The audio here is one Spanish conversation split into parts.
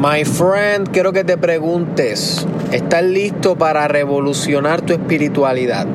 My friend, quiero que te preguntes, ¿estás listo para revolucionar tu espiritualidad?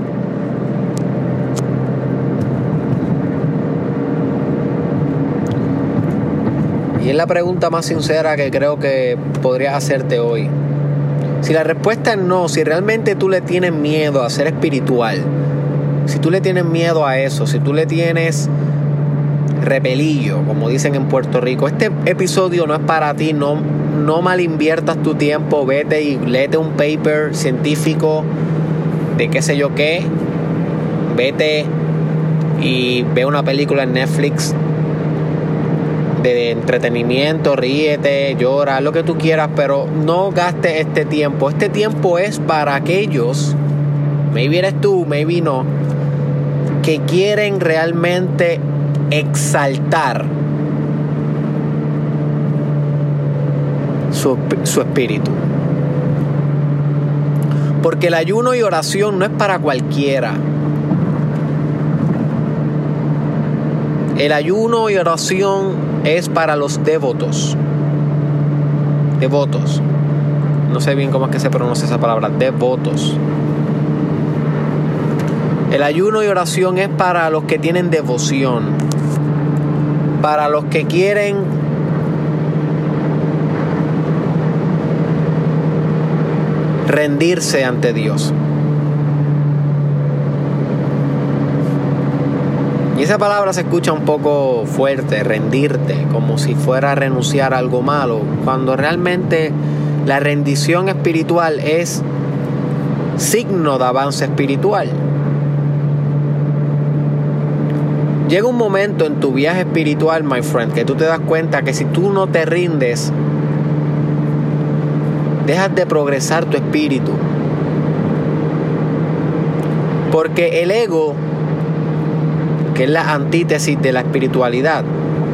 Y es la pregunta más sincera que creo que podrías hacerte hoy. Si la respuesta es no, si realmente tú le tienes miedo a ser espiritual, si tú le tienes miedo a eso, si tú le tienes repelillo, como dicen en Puerto Rico, este episodio no es para ti. No mal inviertas tu tiempo. Vete y léete un paper científico de qué sé yo qué. Vete y ve una película en Netflix de entretenimiento, ríete, llora, lo que tú quieras, pero no gastes este tiempo. Este tiempo es para aquellos, maybe eres tú, maybe no, que quieren realmente exaltar su espíritu. Porque el ayuno y oración no es para cualquiera. El ayuno y oración es para los devotos. Devotos. No sé bien cómo es que se pronuncia esa palabra. Devotos. El ayuno y oración es para los que tienen devoción. Para los que quieren rendirse ante Dios. Y esa palabra se escucha un poco fuerte, rendirte, como si fuera a renunciar a algo malo, cuando realmente la rendición espiritual es signo de avance espiritual. Llega un momento en tu viaje espiritual, my friend, que tú te das cuenta que si tú no te rindes, dejas de progresar tu espíritu. Porque el ego, que es la antítesis de la espiritualidad,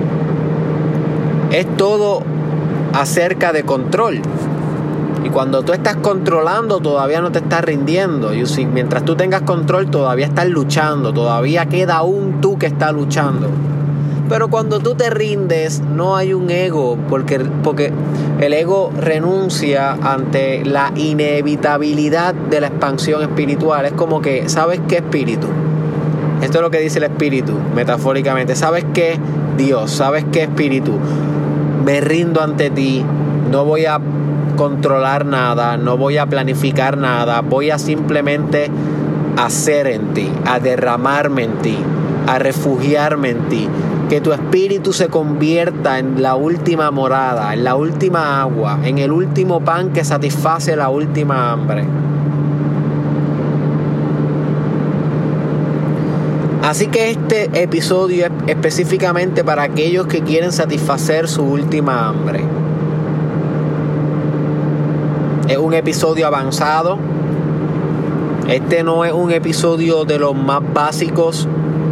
es todo acerca de control. Y cuando tú estás controlando, todavía no te estás rindiendo. Mientras tú tengas control, todavía estás luchando. Todavía queda un tú que está luchando. Pero cuando tú te rindes, no hay un ego. Porque el ego renuncia ante la inevitabilidad de la expansión espiritual. Es como que, ¿sabes qué, espíritu? Esto es lo que dice el espíritu, metafóricamente. ¿Sabes qué, Dios? ¿Sabes qué, espíritu? Me rindo ante ti. No voy a controlar nada, no voy a planificar nada, voy a simplemente hacer en ti, a derramarme en ti, a refugiarme en ti, que tu espíritu se convierta en la última morada, en la última agua, en el último pan que satisface la última hambre. Así que este episodio es específicamente para aquellos que quieren satisfacer su última hambre. Es un episodio avanzado. Este no es un episodio de los más básicos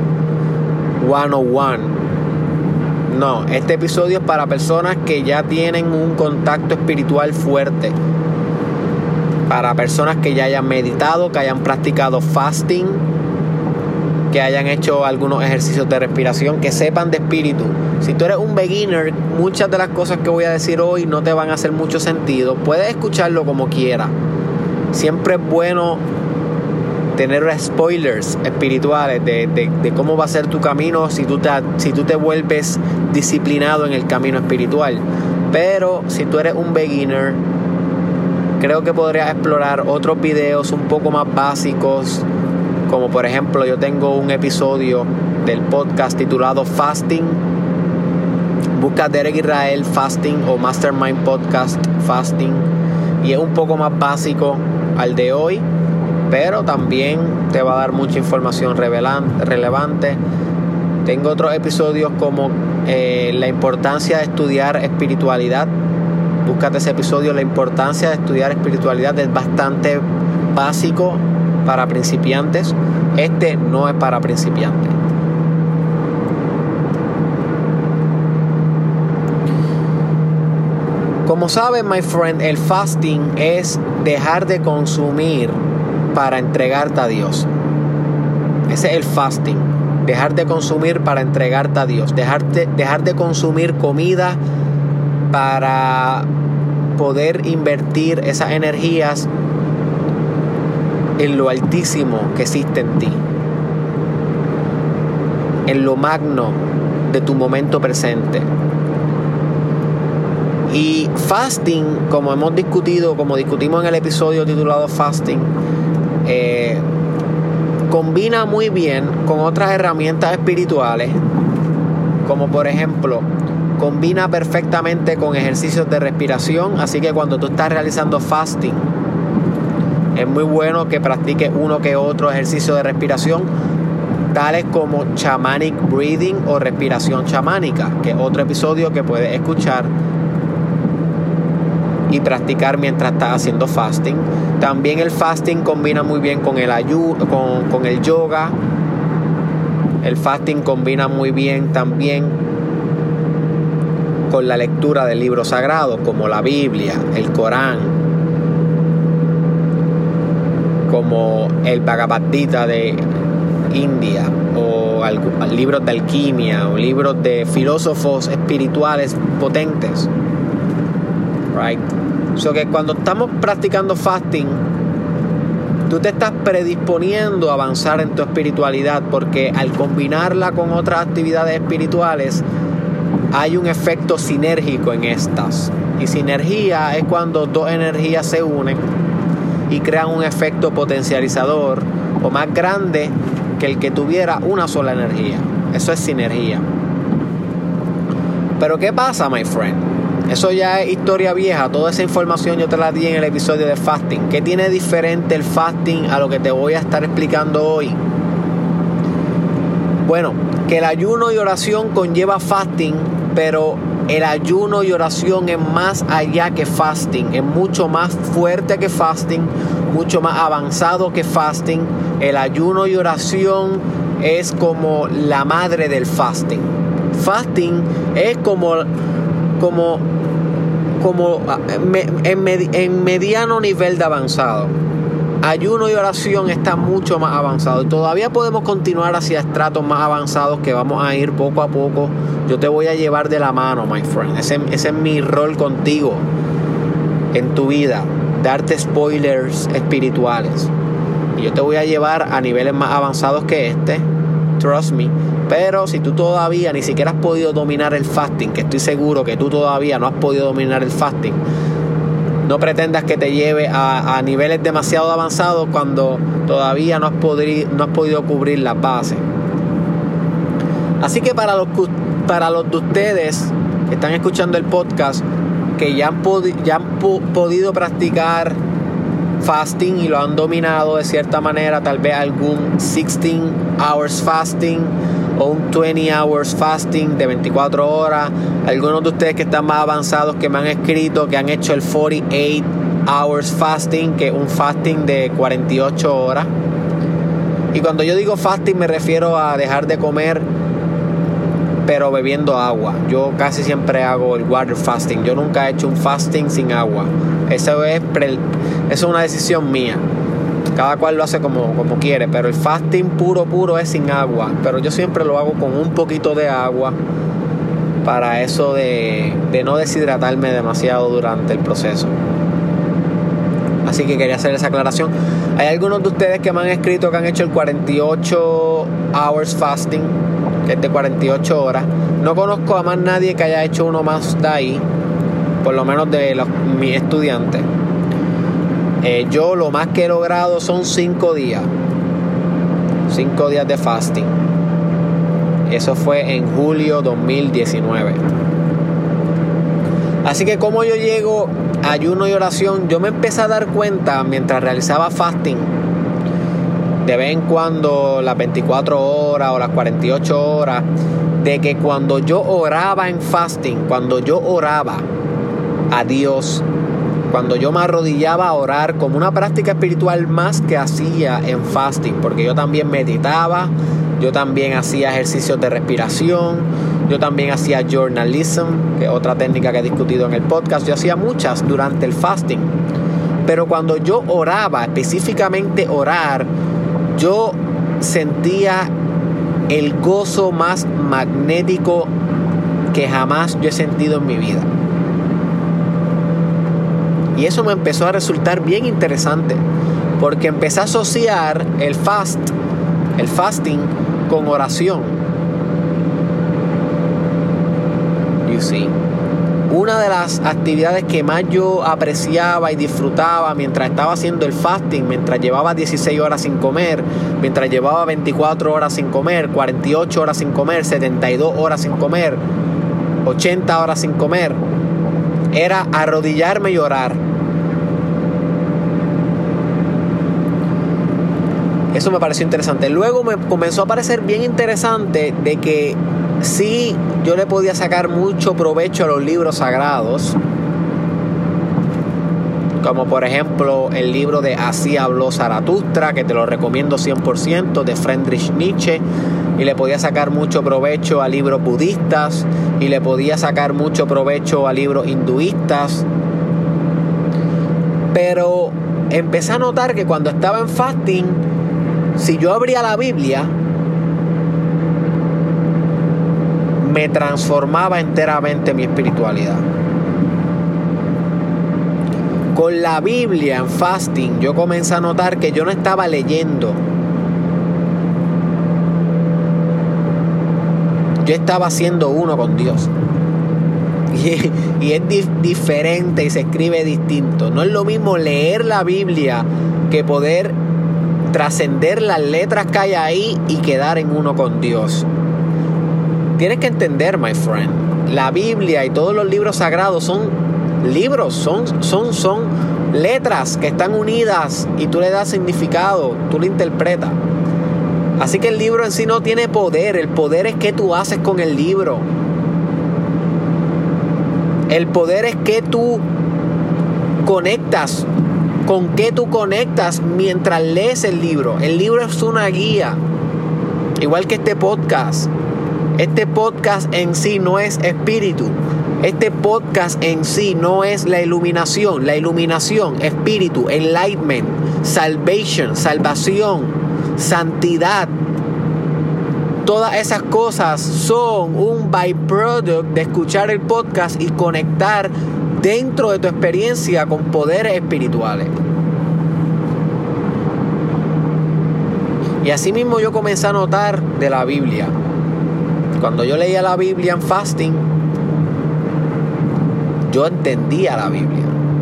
101. No, este episodio es para personas que ya tienen un contacto espiritual fuerte. Para personas que ya hayan meditado, que hayan practicado fasting, que hayan hecho algunos ejercicios de respiración, que sepan de espíritu. Si tú eres un beginner, muchas de las cosas que voy a decir hoy no te van a hacer mucho sentido. Puedes escucharlo como quieras. Siempre es bueno tener spoilers espirituales de cómo va a ser tu camino si tú te vuelves disciplinado en el camino espiritual. Pero si tú eres un beginner, creo que podrías explorar otros videos un poco más básicos. Como por ejemplo, yo tengo un episodio del podcast titulado Fasting. Busca Derek Israel Fasting o Mastermind Podcast Fasting. Y es un poco más básico al de hoy, pero también te va a dar mucha información relevante. Tengo otros episodios como la importancia de estudiar espiritualidad. Búscate ese episodio. La importancia de estudiar espiritualidad es bastante básico para principiantes. Este no es para principiantes. Como sabes, my friend, el fasting es dejar de consumir para entregarte a Dios. Ese es el fasting. Dejar de consumir para entregarte a Dios. Dejar de consumir comida para poder invertir esas energías en lo altísimo que existe en ti, en lo magno de tu momento presente. Y fasting, como hemos discutido, como discutimos en el episodio titulado Fasting, combina muy bien con otras herramientas espirituales, como por ejemplo, combina perfectamente con ejercicios de respiración. Así que cuando tú estás realizando fasting, es muy bueno que practiques uno que otro ejercicio de respiración, tales como shamanic breathing o respiración chamánica, que es otro episodio que puedes escuchar y practicar mientras estás haciendo fasting. También el fasting combina muy bien con el con el yoga. El fasting combina muy bien también con la lectura del libro sagrado, como la Biblia, el Corán, como el Bhagavad Gita de India, o libros de alquimia, o libros de filósofos espirituales potentes. Right? So que cuando estamos practicando fasting, tú te estás predisponiendo a avanzar en tu espiritualidad, porque al combinarla con otras actividades espirituales hay un efecto sinérgico en estas. Y sinergia es cuando dos energías se unen y crean un efecto potencializador o más grande que el que tuviera una sola energía. Eso es sinergia. Pero ¿qué pasa, my friend? Eso ya es historia vieja. Toda esa información yo te la di en el episodio de fasting. ¿Qué tiene diferente el fasting a lo que te voy a estar explicando hoy? Bueno, que el ayuno y oración conlleva fasting, pero el ayuno y oración es más allá que fasting. Es mucho más fuerte que fasting, mucho más avanzado que fasting. El ayuno y oración es como la madre del fasting. Fasting es en mediano nivel de avanzado. Ayuno y oración está mucho más avanzado. Y todavía podemos continuar hacia estratos más avanzados que vamos a ir poco a poco. Yo te voy a llevar de la mano, my friend. Ese es mi rol contigo en tu vida. Darte spoilers espirituales. Y yo te voy a llevar a niveles más avanzados que este. Trust me. Pero si tú todavía ni siquiera has podido dominar el fasting, que estoy seguro que tú todavía no has podido dominar el fasting, no pretendas que te lleve a niveles demasiado avanzados cuando todavía no has podido cubrir las bases. Así que para los de ustedes que están escuchando el podcast, que ya han podido practicar fasting y lo han dominado de cierta manera, tal vez algún 16 hours fasting o un 20 hours fasting de 24 horas. Algunos de ustedes que están más avanzados, que me han escrito que han hecho el 48 hours fasting, que es un fasting de 48 horas. Y cuando yo digo fasting me refiero a dejar de comer pero bebiendo agua. Yo casi siempre hago el water fasting. Yo nunca he hecho un fasting sin agua. Eso es una decisión mía. Cada cual lo hace como quiere, pero el fasting puro es sin agua. Pero yo siempre lo hago con un poquito de agua, para eso de no deshidratarme demasiado durante el proceso. Así que quería hacer esa aclaración. Hay algunos de ustedes que me han escrito que han hecho el 48 hours fasting, que es de 48 horas. No conozco a más nadie que haya hecho uno más de ahí, por lo menos de mis estudiantes. Yo lo más que he logrado son 5 días. 5 días de fasting. Eso fue en julio 2019. Así que como yo llego a ayuno y oración, yo me empecé a dar cuenta mientras realizaba fasting, de vez en cuando las 24 horas o las 48 horas, de que cuando yo oraba en fasting, cuando yo oraba a Dios, cuando yo me arrodillaba a orar como una práctica espiritual más que hacía en fasting, porque yo también meditaba, yo también hacía ejercicios de respiración, yo también hacía journalism, que es otra técnica que he discutido en el podcast. Yo hacía muchas durante el fasting, pero cuando yo oraba, específicamente orar, yo sentía el gozo más magnético que jamás yo he sentido en mi vida. Y eso me empezó a resultar bien interesante, porque empecé a asociar el fasting con oración. You see. Una de las actividades que más yo apreciaba y disfrutaba mientras estaba haciendo el fasting, mientras llevaba 16 horas sin comer, mientras llevaba 24 horas sin comer, 48 horas sin comer, 72 horas sin comer, 80 horas sin comer, era arrodillarme y orar. Eso me pareció interesante. Luego me comenzó a parecer bien interesante de que sí, yo le podía sacar mucho provecho a los libros sagrados, como por ejemplo el libro de Así habló Zaratustra, que te lo recomiendo 100%, de Friedrich Nietzsche, y le podía sacar mucho provecho a libros budistas, y le podía sacar mucho provecho a libros hinduistas. Pero empecé a notar que cuando estaba en fasting, si yo abría la Biblia, me transformaba enteramente mi espiritualidad. Con la Biblia en fasting, yo comencé a notar que yo no estaba leyendo. Yo estaba siendo uno con Dios. Y es diferente y se escribe distinto. No es lo mismo leer la Biblia que poder trascender las letras que hay ahí y quedar en uno con Dios. Tienes que entender, my friend, la Biblia y todos los libros sagrados son libros, son letras que están unidas y tú le das significado, tú lo interpretas. Así que el libro en sí no tiene poder, el poder es qué tú haces con el libro. El poder es que tú conectas, con qué tú conectas mientras lees el libro. El libro es una guía, igual que este podcast. Este podcast en sí no es espíritu. Este podcast en sí no es la iluminación. La iluminación, espíritu, enlightenment, salvation, salvación, santidad. Todas esas cosas son un byproduct de escuchar el podcast y conectar dentro de tu experiencia con poderes espirituales. Y así mismo yo comencé a notar de la Biblia. Cuando yo leía la Biblia en fasting, yo entendía la Biblia.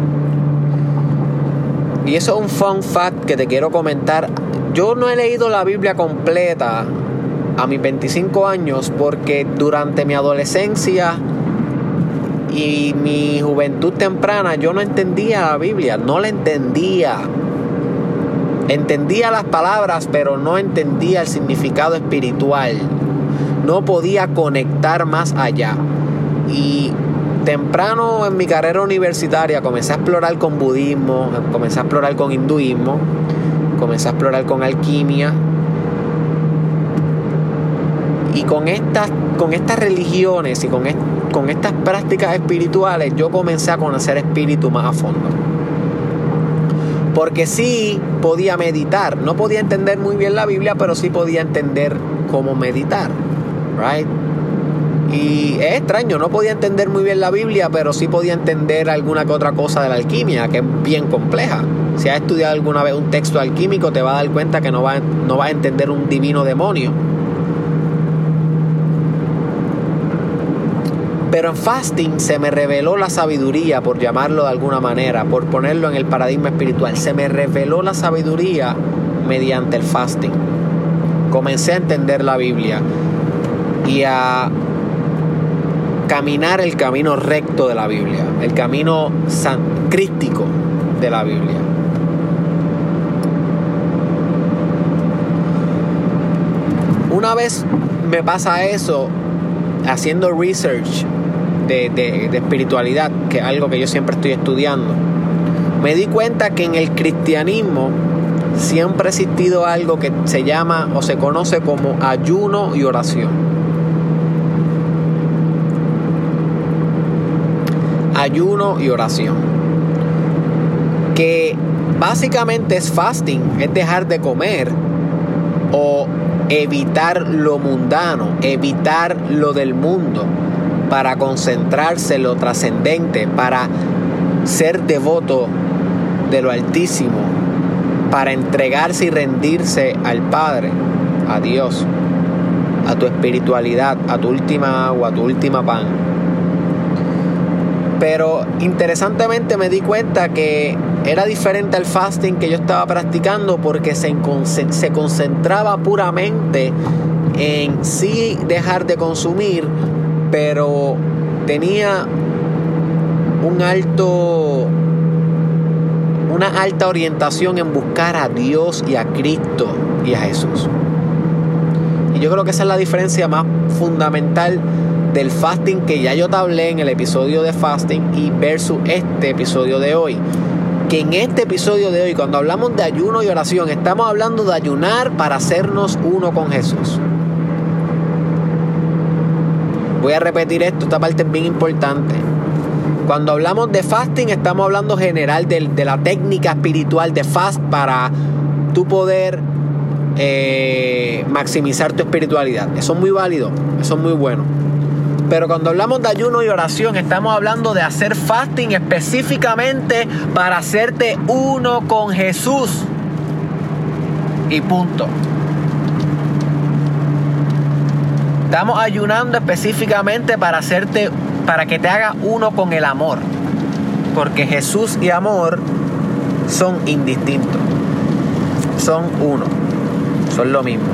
Y eso es un fun fact que te quiero comentar. Yo no he leído la Biblia completa a mis 25 años porque durante mi adolescencia y mi juventud temprana yo no entendía la Biblia, no la entendía. Entendía las palabras, pero no entendía el significado espiritual. No podía conectar más allá. Y temprano en mi carrera universitaria comencé a explorar con budismo, comencé a explorar con hinduismo, comencé a explorar con alquimia. Y con estas religiones y con estas prácticas espirituales yo comencé a conocer espíritu más a fondo. Porque sí podía meditar. No podía entender muy bien la Biblia, pero sí podía entender cómo meditar. Right? Y es extraño, no podía entender muy bien la Biblia, pero sí podía entender alguna que otra cosa de la alquimia, que es bien compleja. Si has estudiado alguna vez un texto alquímico, te vas a dar cuenta que no vas a entender un divino demonio. Pero en fasting se me reveló la sabiduría, por llamarlo de alguna manera, por ponerlo en el paradigma espiritual. Se me reveló la sabiduría mediante el fasting. Comencé a entender la Biblia y a caminar el camino recto de la Biblia, el camino crístico de la Biblia. Una vez me pasa eso, haciendo research de espiritualidad, que es algo que yo siempre estoy estudiando, me di cuenta que en el cristianismo siempre ha existido algo que se llama o se conoce como ayuno y oración. Ayuno y oración, que básicamente es fasting, es dejar de comer o evitar lo mundano, evitar lo del mundo, para concentrarse en lo trascendente, para ser devoto de lo Altísimo para entregarse y rendirse al Padre, a Dios, a tu espiritualidad, a tu última agua, a tu última pan. Pero interesantemente me di cuenta que era diferente al fasting que yo estaba practicando, porque se concentraba puramente en sí dejar de consumir, pero tenía una alta orientación en buscar a Dios y a Cristo y a Jesús. Y yo creo que esa es la diferencia más fundamental del fasting que ya yo te hablé en el episodio de fasting y versus este episodio de hoy. Que en este episodio de hoy, cuando hablamos de ayuno y oración, estamos hablando de ayunar para hacernos uno con Jesús. Voy a repetir esto, esta parte es bien importante. Cuando hablamos de fasting, estamos hablando general de la técnica espiritual de fast para tú poder maximizar tu espiritualidad. Eso es muy válido, eso es muy bueno. Pero cuando hablamos de ayuno y oración, estamos hablando de hacer fasting específicamente para hacerte uno con Jesús. Y punto. Estamos ayunando específicamente para que te haga uno con el amor. Porque Jesús y amor son indistintos. Son uno. Son lo mismo.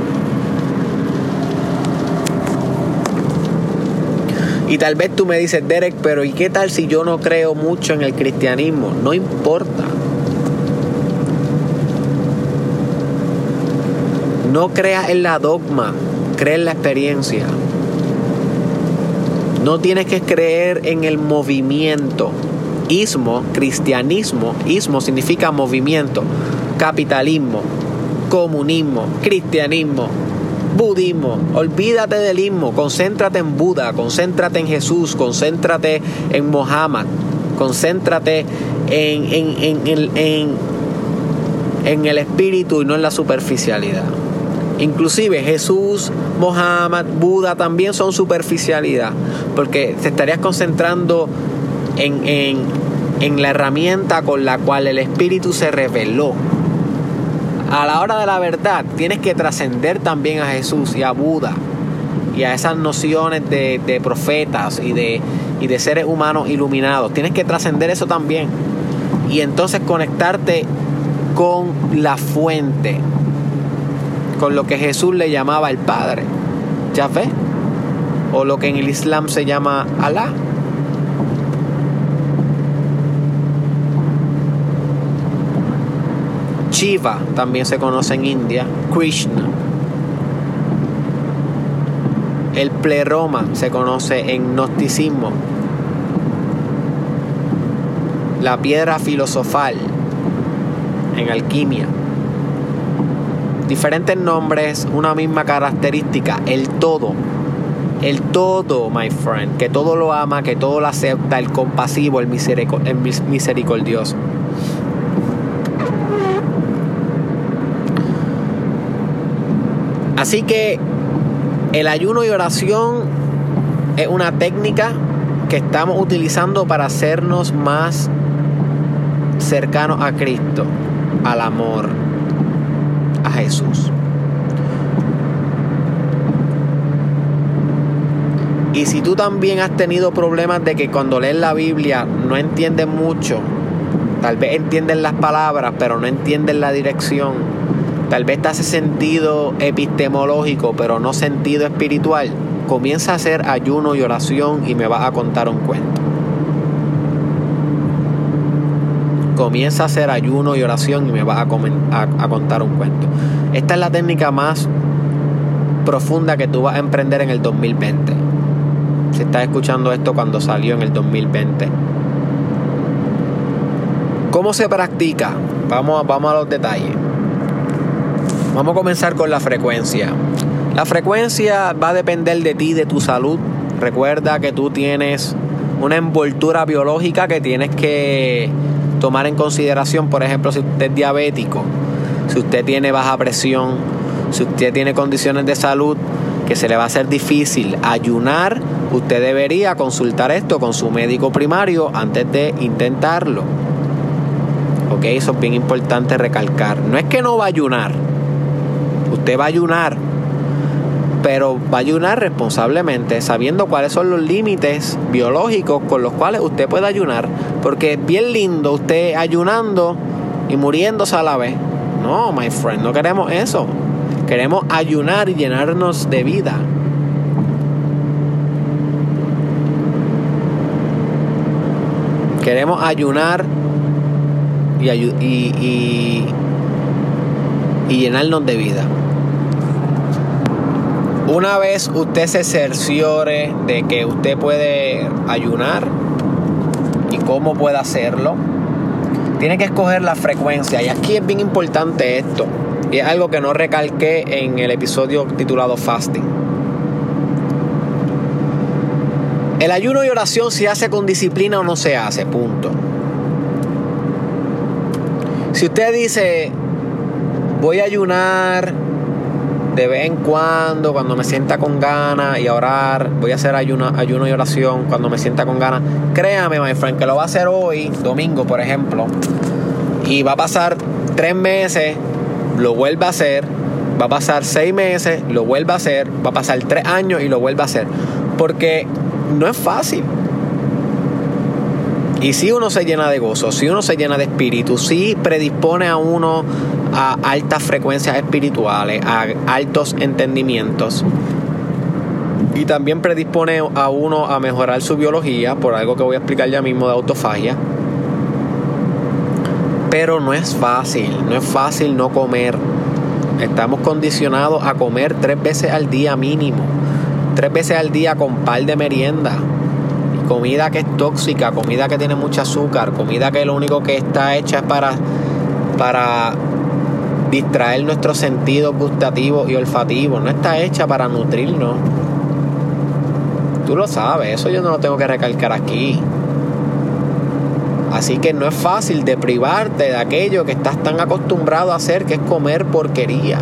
Y tal vez tú me dices, Derek, pero ¿y qué tal si yo no creo mucho en el cristianismo? No importa. No creas en la dogma, cree en la experiencia. No tienes que creer en el movimiento. Ismo, cristianismo, ismo significa movimiento. Capitalismo, comunismo, cristianismo, budismo. Olvídate del ismo, concéntrate en Buda, concéntrate en Jesús, concéntrate en Mohammed, concéntrate en el espíritu y no en la superficialidad. Inclusive Jesús, Mohammed, Buda también son superficialidad, porque te estarías concentrando en la herramienta con la cual el espíritu se reveló. A la hora de la verdad tienes que trascender también a Jesús y a Buda y a esas nociones de profetas y de seres humanos iluminados. Tienes que trascender eso también y entonces conectarte con la fuente, con lo que Jesús le llamaba el Padre, Yahvé, o lo que en el Islam se llama Alá. Shiva también se conoce en India, Krishna. El pleroma se conoce en gnosticismo. La piedra filosofal en alquimia. Diferentes nombres, una misma característica, el todo, my friend, que todo lo ama, que todo lo acepta, el compasivo, el misericordioso. Así que el ayuno y oración es una técnica que estamos utilizando para hacernos más cercanos a Cristo, al amor, a Jesús. Y si tú también has tenido problemas de que cuando lees la Biblia no entiendes mucho, tal vez entiendes las palabras pero no entiendes la dirección, tal vez te hace sentido epistemológico pero no sentido espiritual, comienza a hacer ayuno y oración y me vas a contar un cuento. Comienza a hacer ayuno y oración y me vas a contar un cuento. Esta es la técnica más profunda que tú vas a emprender en el 2020. Si estás escuchando esto cuando salió en el 2020. ¿Cómo se practica? Vamos a los detalles. Vamos a comenzar con la frecuencia. La frecuencia va a depender de ti, de tu salud. Recuerda que tú tienes una envoltura biológica que tienes que tomar en consideración. Por ejemplo, si usted es diabético, si usted tiene baja presión, si usted tiene condiciones de salud que se le va a hacer difícil ayunar, usted debería consultar esto con su médico primario antes de intentarlo. Ok, eso es bien importante recalcar. No es que no va a ayunar, usted va a ayunar, pero va a ayunar responsablemente, sabiendo cuáles son los límites biológicos con los cuales usted puede ayunar, porque es bien lindo usted ayunando y muriéndose a la vez. No, my friend, no queremos eso. Queremos ayunar y llenarnos de vida. Queremos ayunar y llenarnos de vida. Una vez usted se cerciore de que usted puede ayunar y cómo puede hacerlo, tiene que escoger la frecuencia. Y aquí es bien importante esto, y es algo que no recalqué en el episodio titulado Fasting. El ayuno y oración se hace con disciplina o no se hace, punto. Si usted dice, voy a ayunar de vez en cuando me sienta con ganas, y a orar, voy a hacer ayuno y oración cuando me sienta con ganas, créame, my friend, que lo va a hacer hoy, domingo, por ejemplo, y va a pasar 3 meses, lo vuelve a hacer, va a pasar 6 meses, lo vuelve a hacer, va a pasar 3 años y lo vuelve a hacer, porque no es fácil. Y si uno se llena de gozo, si uno se llena de espíritu, si predispone a uno a altas frecuencias espirituales, a altos entendimientos, y también predispone a uno a mejorar su biología, por algo que voy a explicar ya mismo de autofagia. Pero no es fácil no comer. Estamos condicionados a comer 3 veces al día mínimo, 3 veces al día con par de merienda. Comida que es tóxica, comida que tiene mucho azúcar, comida que lo único que está hecha es para distraer nuestros sentidos gustativos y olfativos. No está hecha para nutrirnos. Tú lo sabes, eso yo no lo tengo que recalcar aquí. Así que no es fácil de privarte de aquello que estás tan acostumbrado a hacer, que es comer porquería.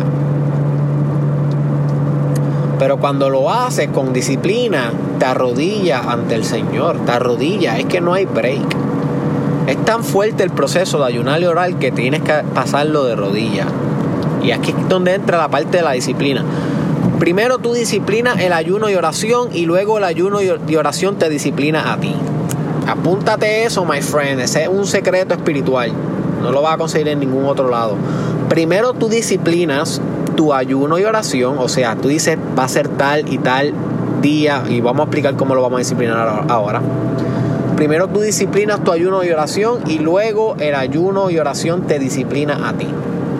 Pero cuando lo haces con disciplina, te arrodillas ante el Señor, te arrodillas, es que no hay break. Es tan fuerte el proceso de ayunar y orar que tienes que pasarlo de rodillas. Y aquí es donde entra la parte de la disciplina. Primero tú disciplinas el ayuno y oración, y luego el ayuno y oración te disciplina a ti. Apúntate eso, my friend. Ese es un secreto espiritual. No lo vas a conseguir en ningún otro lado. Primero tú disciplinas tu ayuno y oración, o sea, tú dices, va a ser tal y tal día, y vamos a explicar cómo lo vamos a disciplinar ahora. Primero tú disciplinas tu ayuno y oración, y luego el ayuno y oración te disciplina a ti.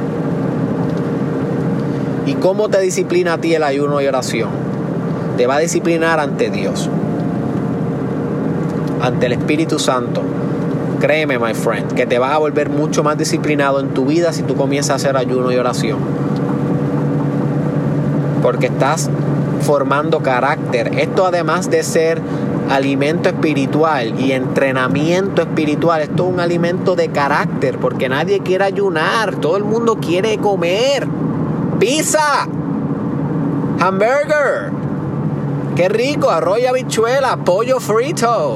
¿Y cómo te disciplina a ti el ayuno y oración? Te va a disciplinar ante Dios, ante el Espíritu Santo. Créeme, my friend, que te vas a volver mucho más disciplinado en tu vida si tú comienzas a hacer ayuno y oración, porque estás formando carácter. Esto, además de ser alimento espiritual y entrenamiento espiritual, esto es un alimento de carácter, porque nadie quiere ayunar, todo el mundo quiere comer pizza, hamburger, qué rico, arroz y habichuela, pollo frito.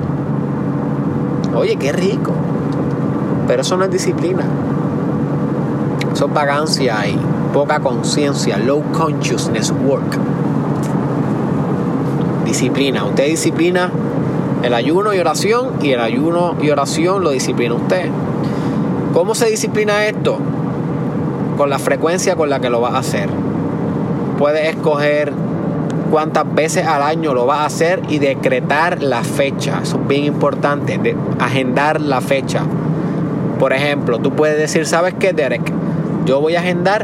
Oye, qué rico. Pero eso no es disciplina. Eso es vagancia y poca conciencia, low consciousness work. Disciplina. Usted disciplina el ayuno y oración, y el ayuno y oración lo disciplina usted. ¿Cómo se disciplina esto? Con la frecuencia con la que lo vas a hacer. Puedes escoger cuántas veces al año lo vas a hacer y decretar la fecha. Eso es bien importante, de agendar la fecha. Por ejemplo, tú puedes decir, ¿sabes qué, Derek? Yo voy a agendar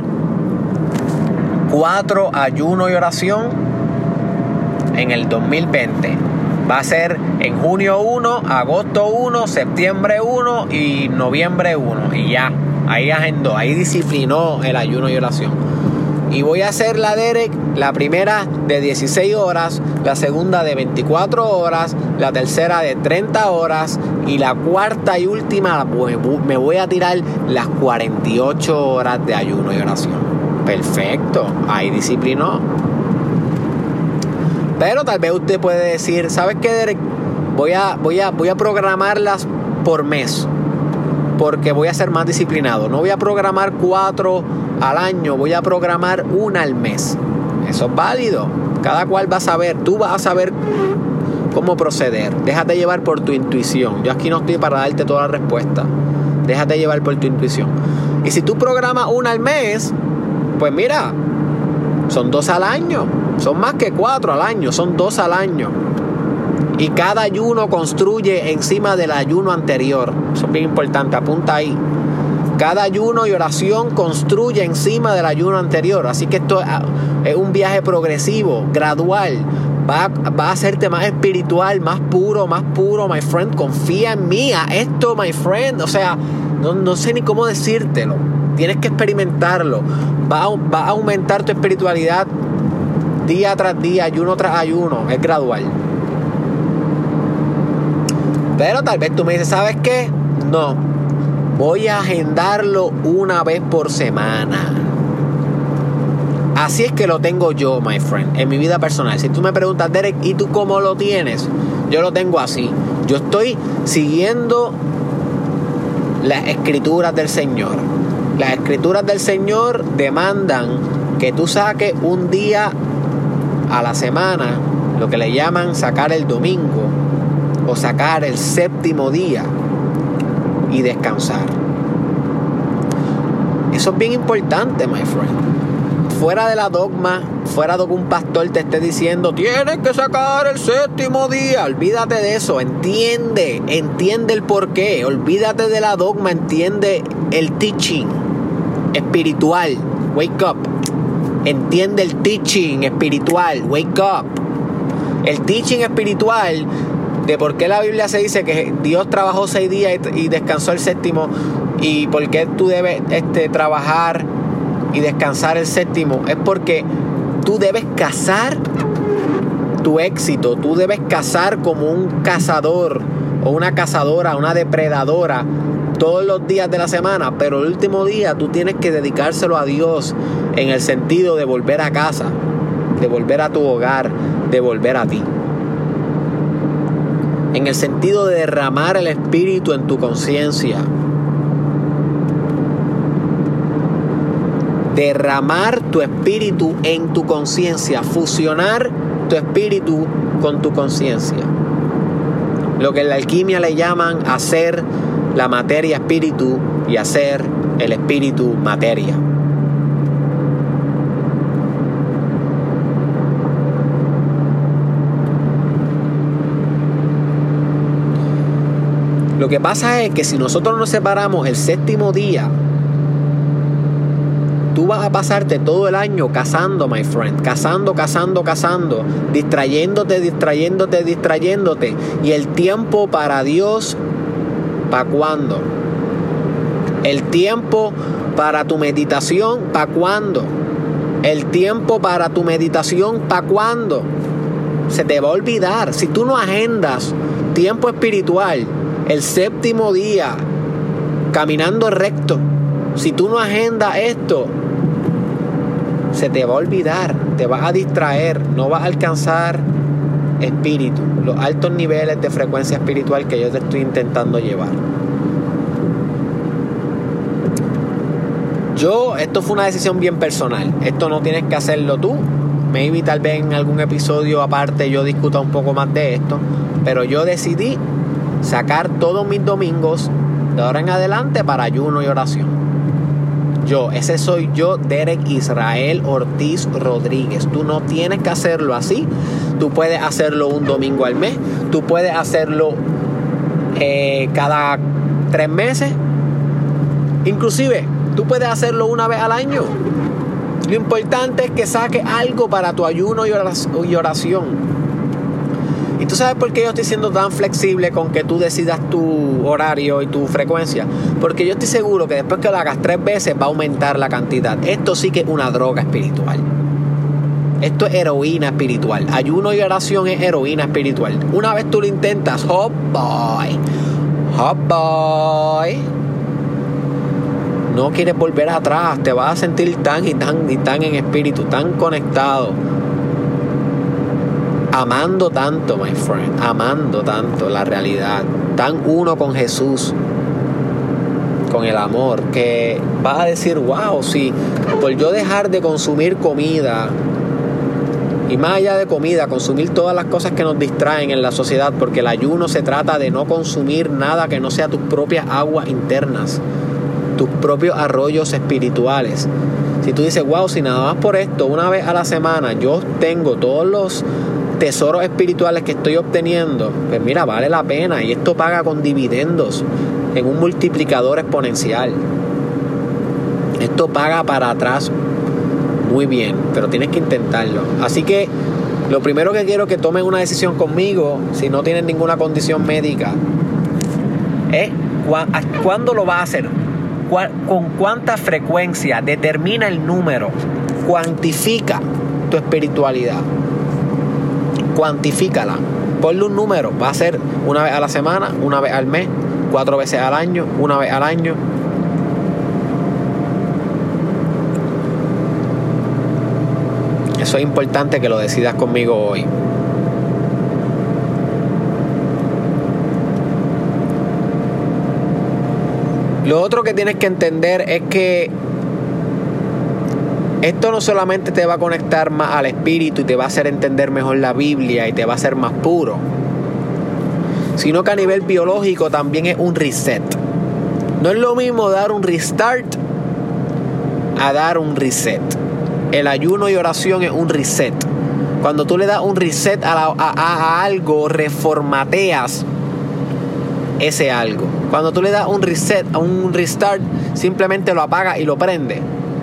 4 ayuno y oración en el 2020. Va a ser en junio 1, agosto 1, septiembre 1 y noviembre 1. Y ya, ahí agendó, ahí disciplinó el ayuno y oración. Y voy a hacer la Derek, la primera de 16 horas, la segunda de 24 horas, la tercera de 30 horas y la cuarta y última me voy a tirar las 48 horas de ayuno y oración. Perfecto, ahí disciplinó. Pero tal vez usted puede decir, ¿sabes qué, Derek? Voy a programarlas por mes, porque voy a ser más disciplinado. No voy a programar 4 al año, voy a programar 1 al mes. Eso es válido. Cada cual va a saber, tú vas a saber cómo proceder. Déjate llevar por tu intuición. Yo aquí no estoy para darte toda la respuesta. Déjate llevar por tu intuición. Y si tú programas 1 al mes, pues mira, son 2 al año. Son más que 4 al año, son 2 al año. Y cada ayuno construye encima del ayuno anterior. Eso es bien importante, apunta ahí. Cada ayuno y oración construye encima del ayuno anterior. Así que esto es un viaje progresivo, gradual. Va a hacerte más espiritual, más puro, my friend. Confía en mí, a esto, my friend. O sea, no sé ni cómo decírtelo. Tienes que experimentarlo. Va a aumentar tu espiritualidad día tras día, ayuno tras ayuno. Es gradual. Pero tal vez tú me dices, ¿sabes qué? No, voy a agendarlo 1 vez por semana. Así es que lo tengo yo, my friend, en mi vida personal. Si tú me preguntas, Derek, ¿y tú cómo lo tienes? Yo lo tengo así. Yo estoy siguiendo las escrituras del Señor. Las escrituras del Señor demandan que tú saques un día a la semana, lo que le llaman sacar el domingo o sacar el 7º día y descansar. Eso es bien importante, my friend. Fuera de la dogma, fuera de que un pastor te esté diciendo tienes que sacar el 7º día, olvídate de eso. Entiende el porqué. Olvídate de la dogma, entiende el teaching espiritual. Wake up. Entiende el teaching espiritual. Wake up. El teaching espiritual de por qué la Biblia se dice que Dios trabajó 6 días y descansó el 7º, y por qué tú debes trabajar y descansar el 7º, es porque tú debes cazar tu éxito. Tú debes cazar como un cazador o una cazadora, una depredadora todos los días de la semana, pero el último día tú tienes que dedicárselo a Dios, en el sentido de volver a casa, de volver a tu hogar, de volver a ti, en el sentido de derramar el Espíritu en tu conciencia. Derramar tu espíritu en tu conciencia, fusionar tu espíritu con tu conciencia. Lo que en la alquimia le llaman hacer la materia espíritu y hacer el espíritu materia. Lo que pasa es que si nosotros nos separamos el 7º día, tú vas a pasarte todo el año cazando, my friend. Cazando. Distrayéndote. Y el tiempo para Dios, ¿para cuándo? El tiempo para tu meditación, ¿para cuándo? El tiempo para tu meditación, ¿para cuándo? Se te va a olvidar. Si tú no agendas tiempo espiritual, el 7º día, caminando recto, si tú no agendas esto, se te va a olvidar, te vas a distraer, no vas a alcanzar espíritu, los altos niveles de frecuencia espiritual que yo te estoy intentando llevar. Esto fue una decisión bien personal. Esto no tienes que hacerlo tú. Maybe tal vez en algún episodio aparte yo discuta un poco más de esto, pero yo decidí sacar todos mis domingos de ahora en adelante para ayuno y oración. Ese soy yo, Derek Israel Ortiz Rodríguez. Tú no tienes que hacerlo así. Tú puedes hacerlo un domingo al mes. Tú puedes hacerlo cada 3 meses. Inclusive, tú puedes hacerlo 1 vez al año. Lo importante es que saques algo para tu ayuno y oración. ¿Y tú sabes por qué yo estoy siendo tan flexible con que tú decidas tu horario y tu frecuencia? Porque yo estoy seguro que después que lo hagas 3 veces va a aumentar la cantidad. Esto sí que es una droga espiritual. Esto es heroína espiritual. Ayuno y oración es heroína espiritual. Una vez tú lo intentas, hot boy, no quieres volver atrás. Te vas a sentir tan en espíritu, tan conectado. amando tanto, my friend, amando tanto la realidad, tan uno con Jesús, con el amor, que vas a decir, wow, sí, por yo dejar de consumir comida, y más allá de comida, consumir todas las cosas que nos distraen en la sociedad, porque el ayuno se trata de no consumir nada que no sea tus propias aguas internas, tus propios arroyos espirituales. Si tú dices, wow, si nada más por esto, una vez a la semana, yo tengo todos los tesoros espirituales que estoy obteniendo, pues mira, vale la pena, y esto paga con dividendos en un multiplicador exponencial. Esto paga para atrás muy bien, pero tienes que intentarlo. Así que lo primero que quiero que tomen una decisión conmigo, si no tienen ninguna condición médica, es ¿cuándo lo vas a hacer? ¿Con cuánta frecuencia? Determina el número. Cuantifica tu espiritualidad. Cuantifícala. Ponle un número. Va a ser una vez a la semana, una vez al mes, 4 veces al año, una vez al año. Eso es importante que lo decidas conmigo hoy. Lo otro que tienes que entender es que esto no solamente te va a conectar más al espíritu y te va a hacer entender mejor la Biblia y te va a hacer más puro, sino que a nivel biológico también es un reset. No es lo mismo dar un restart a dar un reset. El ayuno y oración es un reset. Cuando tú le das un reset a algo, reformateas ese algo. Cuando tú le das un reset a un restart, simplemente lo apagas y lo prendes,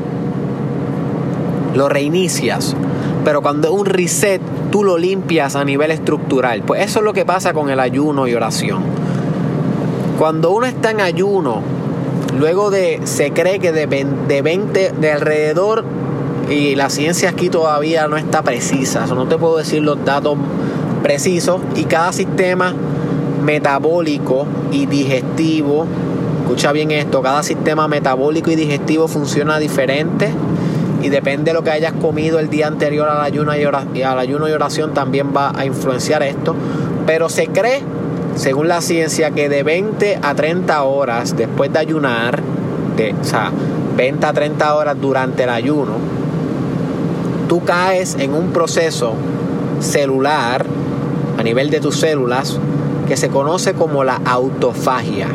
lo reinicias. Pero cuando es un reset, tú lo limpias a nivel estructural. Pues eso es lo que pasa con el ayuno y oración. Cuando uno está en ayuno, luego se cree que de alrededor, y la ciencia aquí todavía no está precisa, no te puedo decir los datos precisos, y cada sistema metabólico y digestivo, escucha bien esto, cada sistema metabólico y digestivo funciona diferente, y depende de lo que hayas comido el día anterior al ayuno y oración también va a influenciar esto. Pero se cree, según la ciencia, que de 20 a 30 horas después de ayunar, 20 a 30 horas durante el ayuno, tú caes en un proceso celular a nivel de tus células que se conoce como la autofagia.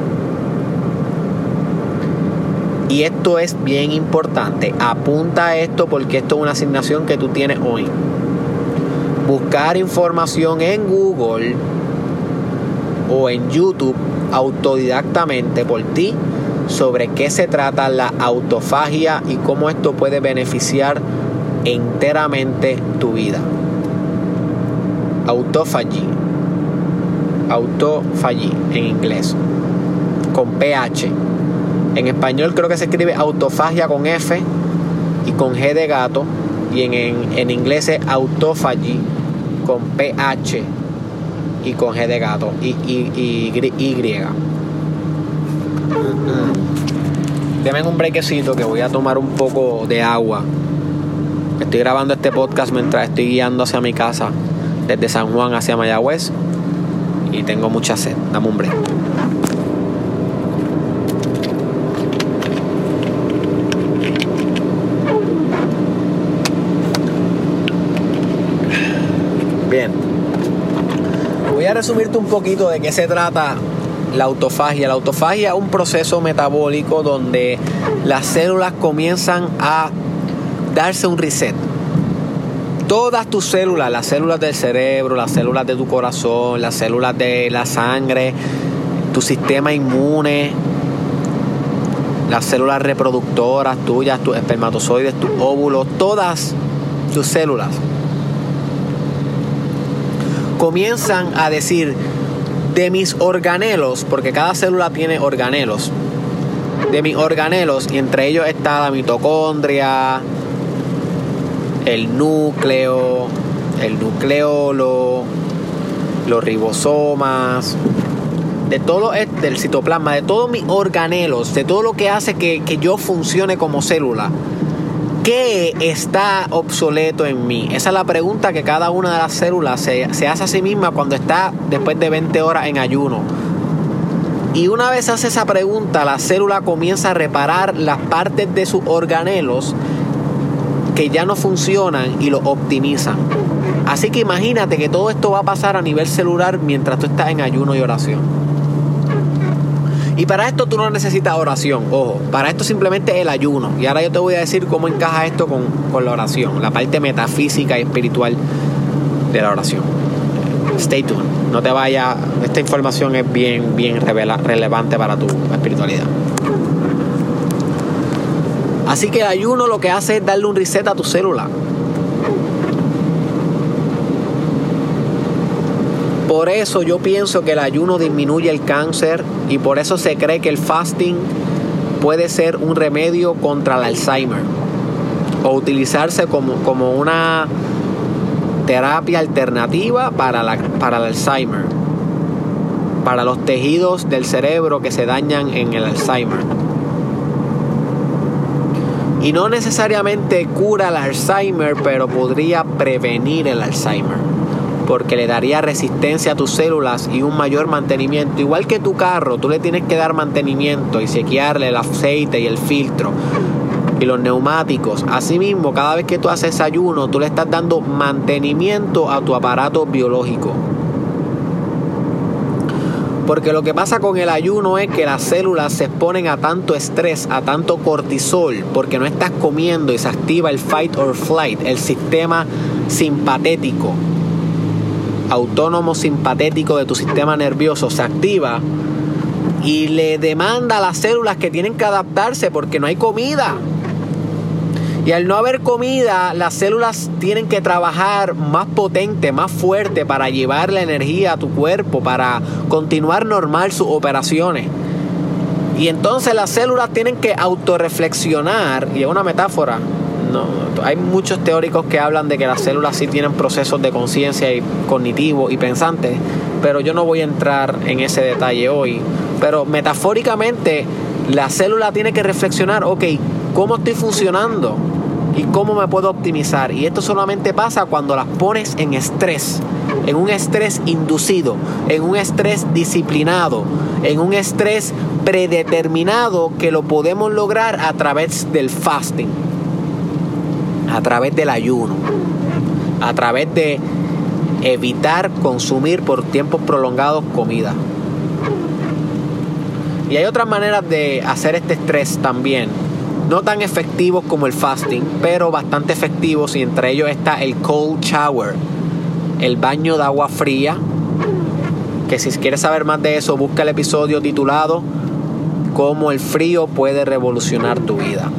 Y esto es bien importante. Apunta esto, porque esto es una asignación que tú tienes hoy. Buscar información en Google o en YouTube autodidactamente por ti sobre qué se trata la autofagia y cómo esto puede beneficiar enteramente tu vida. Autophagy en inglés, con PH. En español creo que se escribe autofagia con F y con G de gato, y en inglés es autophagy con PH y con G de gato y Y. Denme un brequecito que voy a tomar un poco de agua. Estoy grabando este podcast mientras estoy guiando hacia mi casa desde San Juan hacia Mayagüez y tengo mucha sed. Dame un break. Bien, voy a resumirte un poquito de qué se trata la autofagia. La autofagia es un proceso metabólico donde las células comienzan a darse un reset. Todas tus células, las células del cerebro, las células de tu corazón, las células de la sangre, tu sistema inmune, las células reproductoras tuyas, tus espermatozoides, tus óvulos, todas tus células comienzan a decir: de mis organelos, porque cada célula tiene organelos, de mis organelos, y entre ellos está la mitocondria, el núcleo, el nucleolo, los ribosomas, de todo del citoplasma, de todos mis organelos, de todo lo que hace que yo funcione como célula. ¿Qué está obsoleto en mí? Esa es la pregunta que cada una de las células se hace a sí misma cuando está después de 20 horas en ayuno. Y una vez hace esa pregunta, la célula comienza a reparar las partes de sus organelos que ya no funcionan y los optimizan. Así que imagínate que todo esto va a pasar a nivel celular mientras tú estás en ayuno y oración. Y para esto tú no necesitas oración, ojo, para esto simplemente el ayuno. Y ahora yo te voy a decir cómo encaja esto con la oración, la parte metafísica y espiritual de la oración. Stay tuned, no te vayas, esta información es bien relevante para tu espiritualidad. Así que el ayuno lo que hace es darle un reset a tu célula. Por eso yo pienso que el ayuno disminuye el cáncer y por eso se cree que el fasting puede ser un remedio contra el Alzheimer o utilizarse como una terapia alternativa para el Alzheimer, para los tejidos del cerebro que se dañan en el Alzheimer. Y no necesariamente cura el Alzheimer, pero podría prevenir el Alzheimer, porque le daría resistencia a tus células y un mayor mantenimiento. Igual que tu carro, tú le tienes que dar mantenimiento y chequearle el aceite y el filtro y los neumáticos. Asimismo, cada vez que tú haces ayuno, tú le estás dando mantenimiento a tu aparato biológico. Porque lo que pasa con el ayuno es que las células se exponen a tanto estrés, a tanto cortisol, porque no estás comiendo y se activa el fight or flight, el sistema simpatético, autónomo simpatético de tu sistema nervioso se activa y le demanda a las células que tienen que adaptarse porque no hay comida. Y al no haber comida, las células tienen que trabajar más potente, más fuerte para llevar la energía a tu cuerpo, para continuar normal sus operaciones. Y entonces las células tienen que autorreflexionar, y es una metáfora. No, hay muchos teóricos que hablan de que las células sí tienen procesos de conciencia y cognitivo y pensantes, pero yo no voy a entrar en ese detalle hoy. Pero metafóricamente, la célula tiene que reflexionar, ok, ¿cómo estoy funcionando? ¿Y cómo me puedo optimizar? Y esto solamente pasa cuando las pones en estrés, en un estrés inducido, en un estrés disciplinado, en un estrés predeterminado que lo podemos lograr a través del fasting, a través del ayuno, a través de evitar consumir por tiempos prolongados comida. Y hay otras maneras de hacer este estrés también, no tan efectivos como el fasting, pero bastante efectivos, y entre ellos está el cold shower, el baño de agua fría, que si quieres saber más de eso, busca el episodio titulado Cómo el frío puede revolucionar tu vida.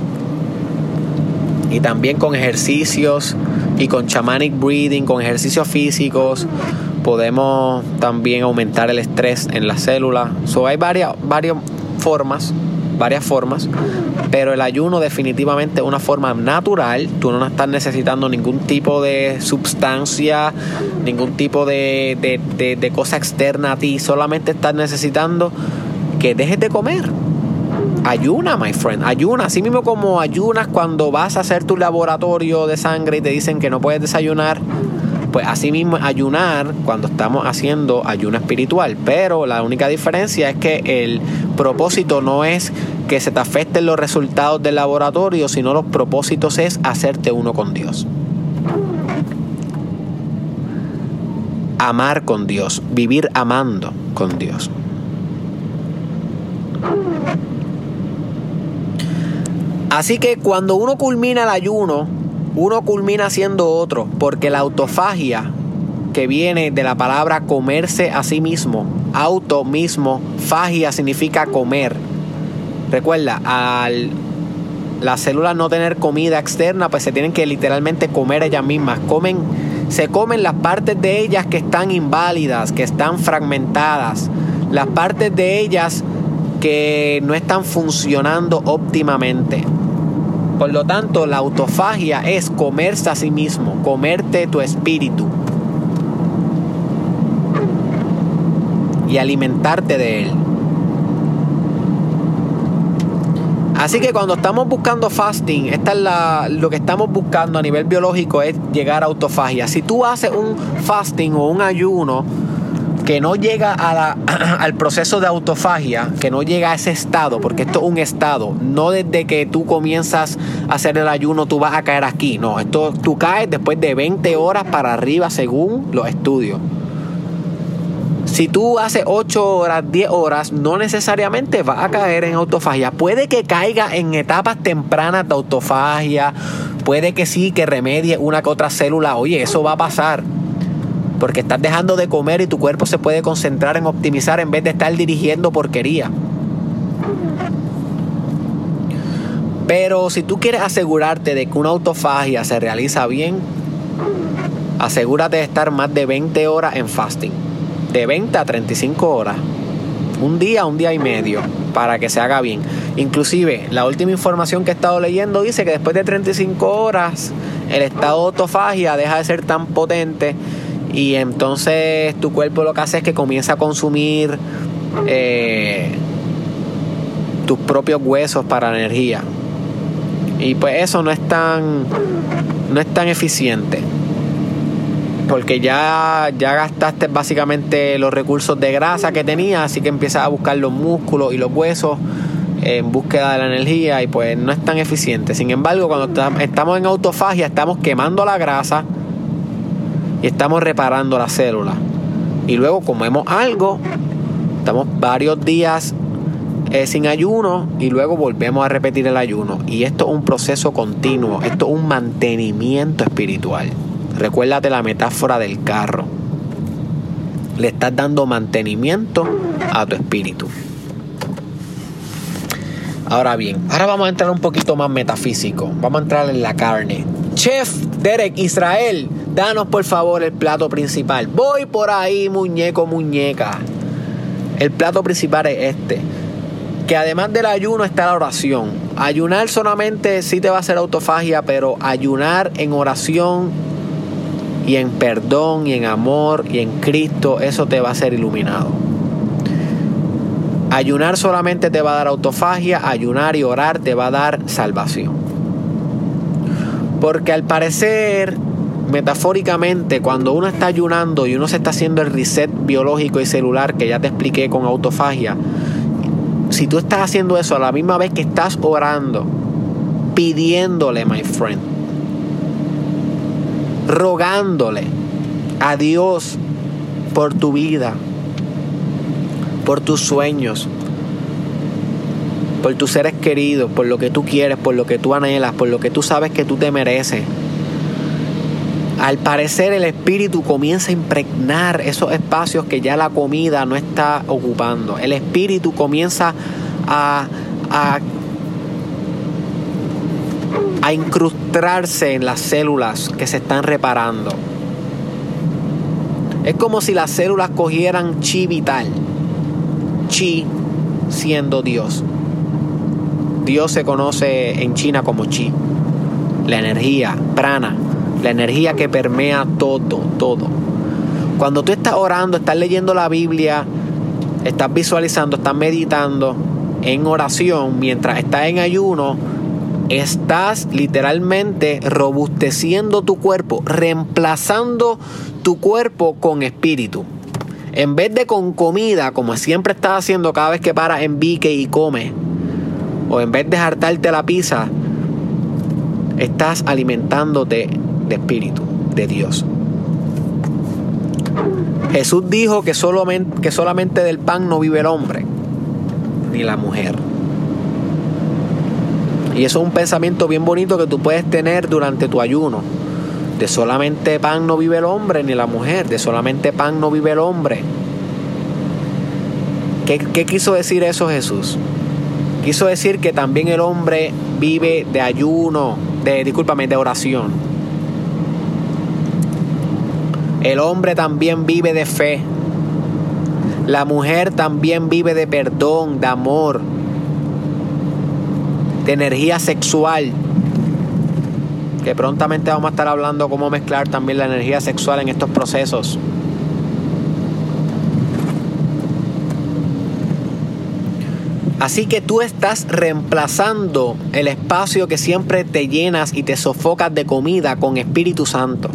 Y también con ejercicios y con shamanic breathing, con ejercicios físicos, podemos también aumentar el estrés en las células. Hay varias formas, pero el ayuno definitivamente es una forma natural. Tú no estás necesitando ningún tipo de sustancia, ningún tipo de cosa externa a ti. Solamente estás necesitando que dejes de comer. Ayuna, my friend, ayuna. Así mismo como ayunas cuando vas a hacer tu laboratorio de sangre y te dicen que no puedes desayunar, pues así mismo ayunar cuando estamos haciendo ayuno espiritual. Pero la única diferencia es que el propósito no es que se te afecten los resultados del laboratorio, sino los propósitos es hacerte uno con Dios. Amar con Dios, vivir amando con Dios. Así que cuando uno culmina el ayuno, uno culmina haciendo otro, porque la autofagia, que viene de la palabra comerse a sí mismo, auto mismo, fagia significa comer. Recuerda, al las células no tener comida externa, pues se tienen que literalmente comer ellas mismas. Se comen las partes de ellas que están inválidas, que están fragmentadas, las partes de ellas que no están funcionando óptimamente. Por lo tanto, la autofagia es comerse a sí mismo, comerte tu espíritu y alimentarte de él. Así que cuando estamos buscando fasting, lo que estamos buscando a nivel biológico es llegar a autofagia. Si tú haces un fasting o un ayuno que no llega al proceso de autofagia, que no llega a ese estado, porque esto es un estado, no desde que tú comienzas a hacer el ayuno tú vas a caer aquí, no, esto tú caes después de 20 horas para arriba según los estudios. Si tú haces 8 horas, 10 horas, no necesariamente vas a caer en autofagia. Puede que caiga en etapas tempranas de autofagia, puede que sí, que remedie una que otra célula. Oye, eso va a pasar, porque estás dejando de comer y tu cuerpo se puede concentrar en optimizar en vez de estar dirigiendo porquería. Pero si tú quieres asegurarte de que una autofagia se realiza bien, asegúrate de estar más de 20 horas en fasting. De 20 a 35 horas. Un día y medio, para que se haga bien. Inclusive, la última información que he estado leyendo dice que después de 35 horas, el estado de autofagia deja de ser tan potente y entonces tu cuerpo lo que hace es que comienza a consumir tus propios huesos para la energía. Y pues eso no es tan eficiente, porque ya gastaste básicamente los recursos de grasa que tenías, así que empiezas a buscar los músculos y los huesos en búsqueda de la energía y pues no es tan eficiente. Sin embargo, cuando estamos en autofagia, estamos quemando la grasa y estamos reparando las células. Y luego comemos algo, estamos varios días sin ayuno y luego volvemos a repetir el ayuno. Y esto es un proceso continuo, esto es un mantenimiento espiritual. Recuérdate la metáfora del carro. Le estás dando mantenimiento a tu espíritu. Ahora bien, ahora vamos a entrar un poquito más metafísico. Vamos a entrar en la carne. Chef Derek Israel, danos por favor el plato principal. Voy por ahí, muñeco, muñeca. El plato principal es este. Que además del ayuno está la oración. Ayunar solamente sí te va a hacer autofagia, pero ayunar en oración y en perdón y en amor y en Cristo, eso te va a hacer iluminado. Ayunar solamente te va a dar autofagia, ayunar y orar te va a dar salvación. Porque al parecer, metafóricamente, cuando uno está ayunando y uno se está haciendo el reset biológico y celular que ya te expliqué con autofagia, si tú estás haciendo eso a la misma vez que estás orando, pidiéndole, my friend, rogándole a Dios por tu vida, por tus sueños, por tus seres queridos, por lo que tú quieres, por lo que tú anhelas, por lo que tú sabes que tú te mereces. Al parecer el espíritu comienza a impregnar esos espacios que ya la comida no está ocupando. El espíritu comienza a incrustarse en las células que se están reparando. Es como si las células cogieran chi vital. Chi siendo Dios. Dios se conoce en China como chi. La energía, prana, la energía que permea todo. Cuando tú estás orando, estás leyendo la Biblia, estás visualizando, estás meditando en oración, mientras estás en ayuno, estás literalmente robusteciendo tu cuerpo, reemplazando tu cuerpo con espíritu. En vez de con comida, como siempre estás haciendo cada vez que paras en Vique y comes, o en vez de hartarte la pizza, estás alimentándote de espíritu, de Dios. Jesús dijo que solamente del pan no vive el hombre, ni la mujer. Y eso es un pensamiento bien bonito que tú puedes tener durante tu ayuno. De solamente pan no vive el hombre ni la mujer. De solamente pan no vive el hombre. ¿Qué quiso decir eso Jesús? Quiso decir que también el hombre vive de ayuno, de oración. El hombre también vive de fe. La mujer también vive de perdón, de amor, de energía sexual, que prontamente vamos a estar hablando cómo mezclar también la energía sexual en estos procesos. Así que tú estás reemplazando el espacio que siempre te llenas y te sofocas de comida con Espíritu Santo.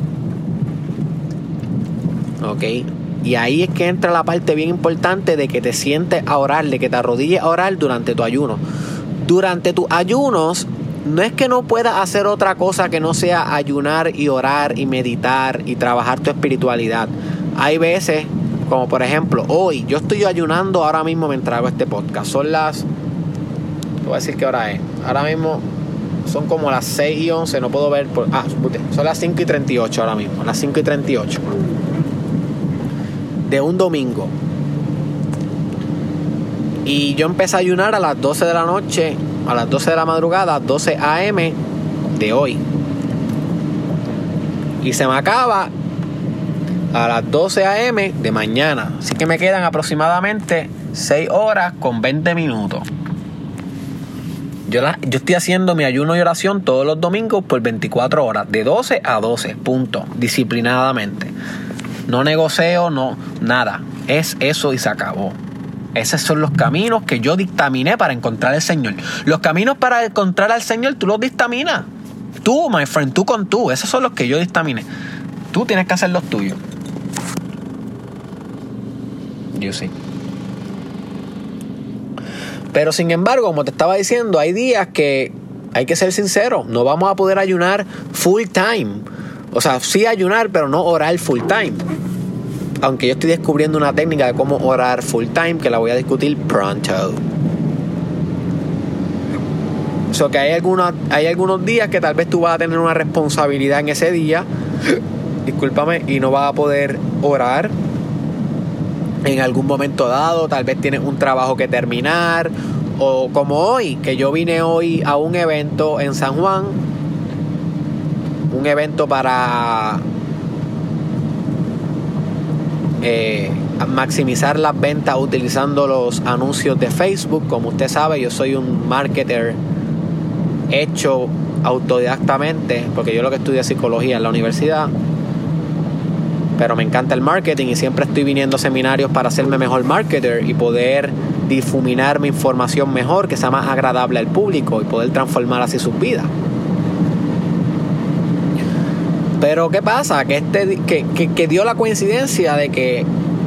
¿Ok? Y ahí es que entra la parte bien importante de que te sientes a orar, de que te arrodilles a orar durante tu ayuno. Durante tus ayunos, no es que no puedas hacer otra cosa que no sea ayunar y orar y meditar y trabajar tu espiritualidad. Hay veces, como por ejemplo, hoy, yo estoy ayunando ahora mismo mientras hago este podcast. Son las... Te voy a decir qué hora es. Ahora mismo son como las 6:11, no puedo ver... son las 5:38 ahora mismo, las 5:38. De un domingo. Y yo empecé a ayunar a las 12 de la noche, a las 12 de la madrugada, 12 a.m. de hoy. Y se me acaba a las 12 a.m. de mañana. Así que me quedan aproximadamente 6 horas con 20 minutos. Yo estoy haciendo mi ayuno y oración todos los domingos por 24 horas, de 12 a 12, punto, disciplinadamente. No negocio, no, nada. Es eso y se acabó. Esos son los caminos que yo dictaminé para encontrar al Señor. Los caminos para encontrar al Señor, tú los dictaminas. Tú, my friend, tú con tú. Esos son los que yo dictaminé. Tú tienes que hacer los tuyos. Yo sí. Pero sin embargo, como te estaba diciendo, hay días que hay que ser sincero. No vamos a poder ayunar full time. O sea, sí ayunar, pero no orar full time. Aunque yo estoy descubriendo una técnica de cómo orar full time, que la voy a discutir pronto. O sea, que hay algunos días que tal vez tú vas a tener una responsabilidad en ese día, discúlpame, y no vas a poder orar en algún momento dado. Tal vez tienes un trabajo que terminar, o como hoy, que yo vine hoy a un evento en San Juan, un evento para maximizar las ventas utilizando los anuncios de Facebook. Como usted sabe, yo soy un marketer hecho autodidactamente, porque yo lo que estudié es psicología en la universidad, pero me encanta el marketing y siempre estoy viniendo a seminarios para hacerme mejor marketer y poder difuminar mi información mejor, que sea más agradable al público y poder transformar así sus vidas. Pero ¿qué pasa? Que dio la coincidencia de que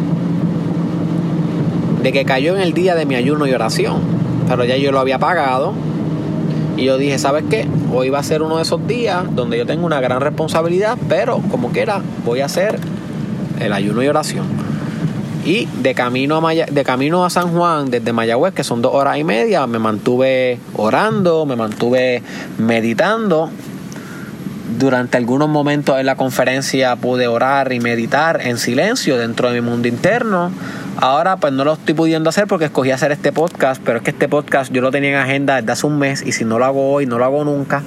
cayó en el día de mi ayuno y oración. Pero ya yo lo había pagado. Y yo dije, ¿sabes qué? Hoy va a ser uno de esos días donde yo tengo una gran responsabilidad, pero como quiera voy a hacer el ayuno y oración. Y de camino a San Juan, desde Mayagüez, que son 2 horas y media, me mantuve orando, me mantuve meditando. Durante algunos momentos en la conferencia pude orar y meditar en silencio dentro de mi mundo interno. Ahora pues no lo estoy pudiendo hacer porque escogí hacer este podcast, pero es que este podcast yo lo tenía en agenda desde hace un mes y si no lo hago hoy, no lo hago nunca.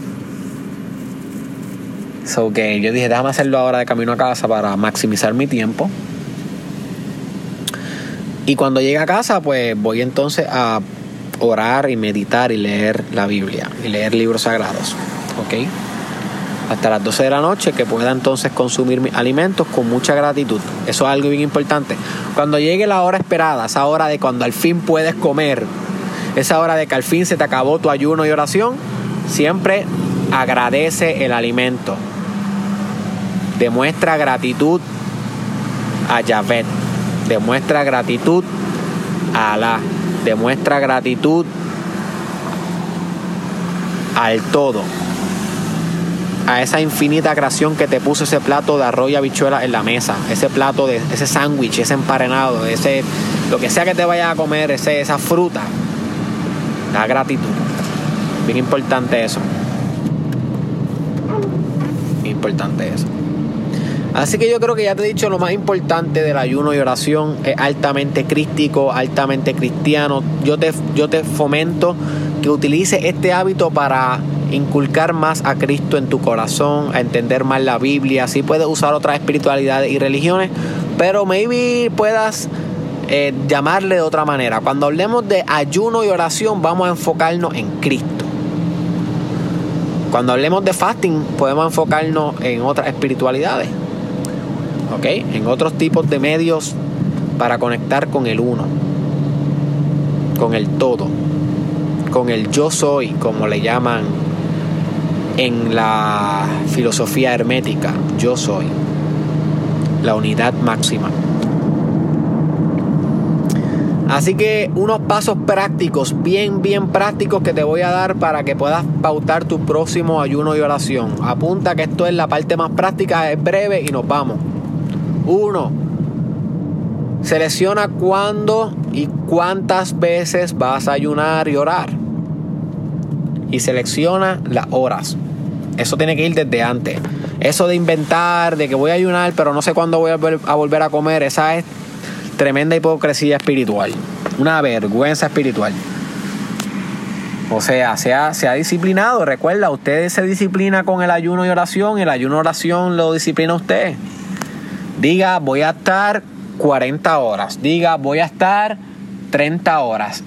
So que yo dije, déjame hacerlo ahora de camino a casa para maximizar mi tiempo. Y cuando llegue a casa pues voy entonces a orar y meditar y leer la Biblia y leer libros sagrados. ¿Ok? Hasta las 12 de la noche, que pueda entonces consumir mis alimentos con mucha gratitud. Eso es algo bien importante. Cuando llegue la hora esperada, esa hora de cuando al fin puedes comer, esa hora de que al fin se te acabó tu ayuno y oración, siempre agradece el alimento. Demuestra gratitud a Yahvé. Demuestra gratitud a Alá. Demuestra gratitud al todo. A esa infinita creación que te puso ese plato de arroz y habichuelas en la mesa, ese plato de ese sándwich, ese emparenado, ese lo que sea que te vayas a comer, esa fruta. Da gratitud. Bien importante eso. Bien importante eso. Así que yo creo que ya te he dicho lo más importante del ayuno y oración. Es altamente crístico, altamente cristiano. Yo te fomento que utilices este hábito para inculcar más a Cristo en tu corazón, a entender más la Biblia. Sí puedes usar otras espiritualidades y religiones, pero maybe puedas llamarle de otra manera. Cuando hablemos de ayuno y oración, vamos a enfocarnos en Cristo. Cuando hablemos de fasting, podemos enfocarnos en otras espiritualidades, ¿ok? En otros tipos de medios para conectar con el uno. con el todo, con el yo soy, como le llaman en la filosofía hermética, yo soy, la unidad máxima. Así que unos pasos prácticos, bien prácticos que te voy a dar para que puedas pautar tu próximo ayuno y oración. Apunta que esto es la parte más práctica, es breve y nos vamos. 1. Selecciona cuándo y cuántas veces vas a ayunar y orar. Y selecciona las horas. Eso tiene que ir desde antes. Eso de inventar, de que voy a ayunar pero no sé cuándo voy a volver a comer, esa es tremenda hipocresía espiritual. Una vergüenza espiritual. O sea, sea disciplinado. Recuerda, usted se disciplina con el ayuno y oración. El ayuno y oración lo disciplina usted. Diga, voy a estar 40 horas. Diga, voy a estar 30 horas.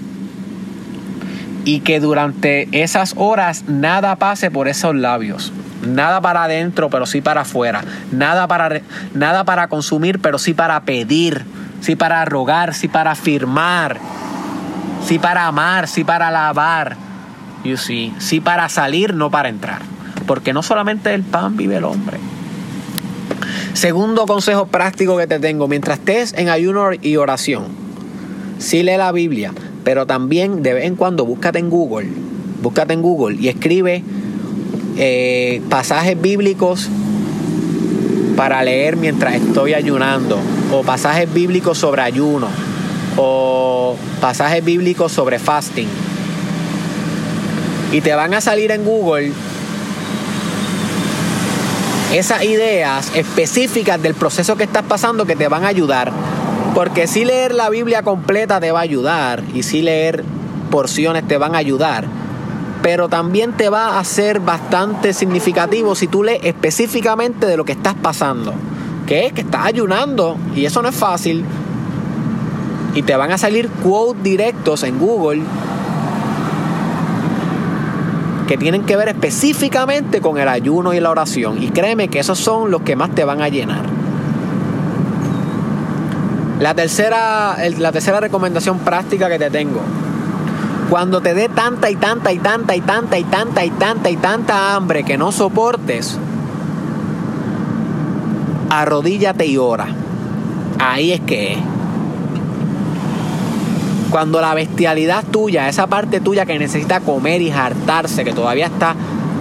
Y que durante esas horas nada pase por esos labios. Nada para adentro, pero sí para afuera. Nada para consumir, pero sí para pedir. Sí para rogar, sí para afirmar. Sí para amar, sí para alabar. You see. Sí para salir, no para entrar. Porque no solamente del pan vive el hombre. Segundo consejo práctico que te tengo. Mientras estés en ayuno y oración, sí lee la Biblia, pero también de vez en cuando búscate en Google y escribe pasajes bíblicos para leer mientras estoy ayunando, o pasajes bíblicos sobre ayuno, o pasajes bíblicos sobre fasting. Y te van a salir en Google esas ideas específicas del proceso que estás pasando que te van a ayudar. Porque si leer la Biblia completa te va a ayudar, y si leer porciones te van a ayudar, pero también te va a ser bastante significativo si tú lees específicamente de lo que estás pasando, que es que estás ayunando, y eso no es fácil, y te van a salir quotes directos en Google que tienen que ver específicamente con el ayuno y la oración, y créeme que esos son los que más te van a llenar. La tercera recomendación práctica que te tengo: cuando te dé tanta hambre que no soportes, arrodíllate y ora. Ahí es que es. Cuando la bestialidad tuya, esa parte tuya que necesita comer y hartarse, que todavía está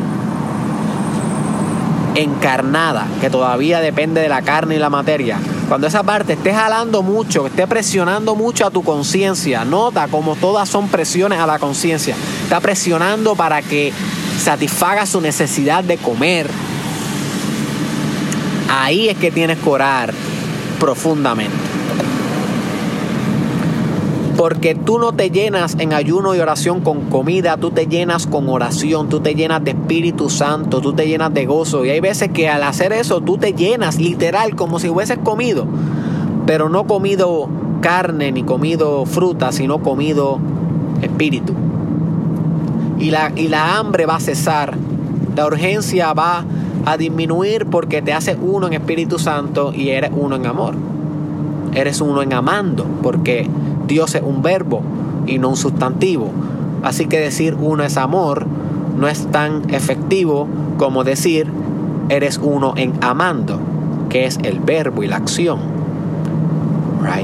encarnada, que todavía depende de la carne y la materia, cuando esa parte esté jalando mucho, esté presionando mucho a tu conciencia, nota como todas son presiones a la conciencia, está presionando para que satisfaga su necesidad de comer, ahí es que tienes que orar profundamente. Porque tú no te llenas en ayuno y oración con comida, tú te llenas con oración, tú te llenas de Espíritu Santo, tú te llenas de gozo. Y hay veces que al hacer eso tú te llenas literal como si hubieses comido, pero no comido carne ni comido fruta, sino comido espíritu. Y la hambre va a cesar, la urgencia va a disminuir porque te haces uno en Espíritu Santo y eres uno en amor. Eres uno en amando, porque Dios es un verbo y no un sustantivo. Así que decir uno es amor no es tan efectivo como decir eres uno en amando, que es el verbo y la acción. Right?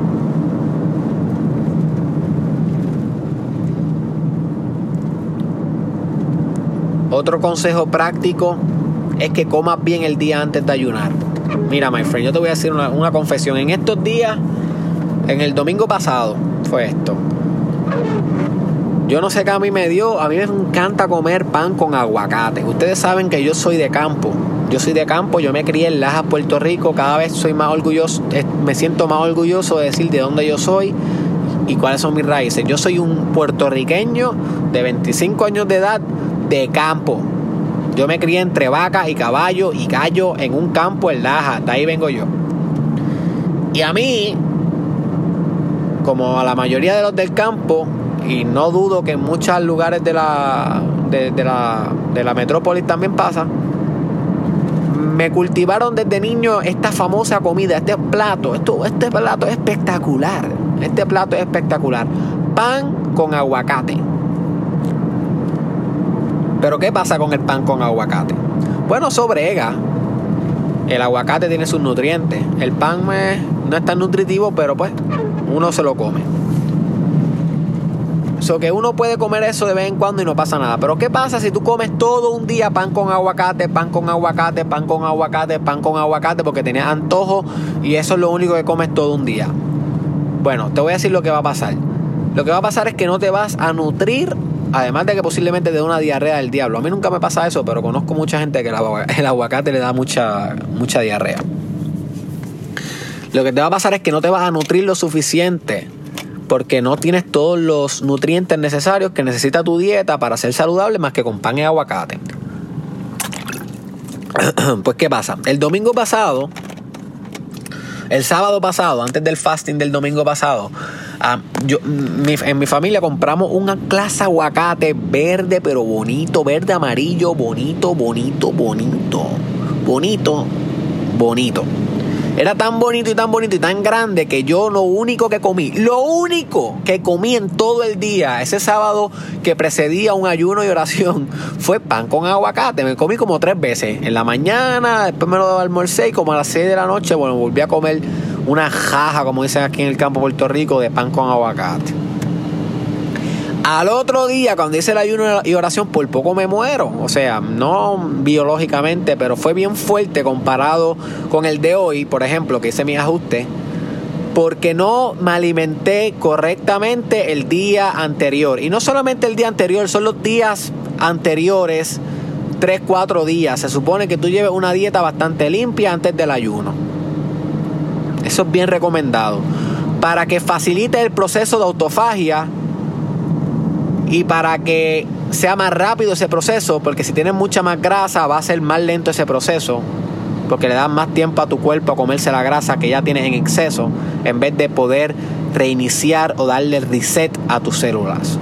Otro consejo práctico es que comas bien el día antes de ayunar. Mira, my friend, yo te voy a decir una confesión. En estos días, en el domingo pasado, fue esto. Yo no sé qué a mí me dio. A mí me encanta comer pan con aguacate. Ustedes saben que yo soy de campo. Yo me crié en Lajas, Puerto Rico. Cada vez soy más orgulloso, me siento más orgulloso de decir de dónde yo soy y cuáles son mis raíces. Yo soy un puertorriqueño de 25 años de edad de campo. Yo me crié entre vacas y caballos y gallos en un campo en Lajas. De ahí vengo yo. Y a mí, como a la mayoría de los del campo, y no dudo que en muchos lugares de la metrópolis también pasa, me cultivaron desde niño esta famosa comida, este plato es espectacular. Este plato es espectacular. pan con aguacate. Pero ¿qué pasa con el pan con aguacate? Bueno, eso brega. El aguacate tiene sus nutrientes. El pan no es tan nutritivo, pero pues uno se lo come. So que uno puede comer eso de vez en cuando y no pasa nada. Pero ¿qué pasa si tú comes todo un día pan con aguacate, pan con aguacate, pan con aguacate, pan con aguacate, porque tenías antojo y eso es lo único que comes todo un día? Bueno, te voy a decir lo que va a pasar. Lo que va a pasar es que no te vas a nutrir, además de que posiblemente te dé una diarrea del diablo. A mí nunca me pasa eso, pero conozco mucha gente que el aguacate le da mucha diarrea. Lo que te va a pasar es que no te vas a nutrir lo suficiente, porque no tienes todos los nutrientes necesarios que necesita tu dieta para ser saludable más que con pan y aguacate. Pues ¿qué pasa? El sábado pasado, antes del fasting del domingo pasado, en mi familia compramos una clase de aguacate verde, pero bonito, verde amarillo, bonito. Era tan bonito y tan grande que yo lo único que comí en todo el día, ese sábado que precedía un ayuno y oración, fue pan con aguacate. Me comí como 3 veces. En la mañana, después me lo almorcé y como a las 6 de la noche, bueno, volví a comer una jaja, como dicen aquí en el campo de Puerto Rico, de pan con aguacate. Al otro día, cuando hice el ayuno y oración, por poco me muero. O sea, no biológicamente, pero fue bien fuerte comparado con el de hoy, por ejemplo, que hice mi ajuste, porque no me alimenté correctamente el día anterior. Y no solamente el día anterior, son los días anteriores, 3-4 días. Se supone que tú lleves una dieta bastante limpia antes del ayuno. Eso es bien recomendado. Para que facilite el proceso de autofagia y para que sea más rápido ese proceso, porque si tienes mucha más grasa va a ser más lento ese proceso, porque le das más tiempo a tu cuerpo a comerse la grasa que ya tienes en exceso, en vez de poder reiniciar o darle reset a tus células.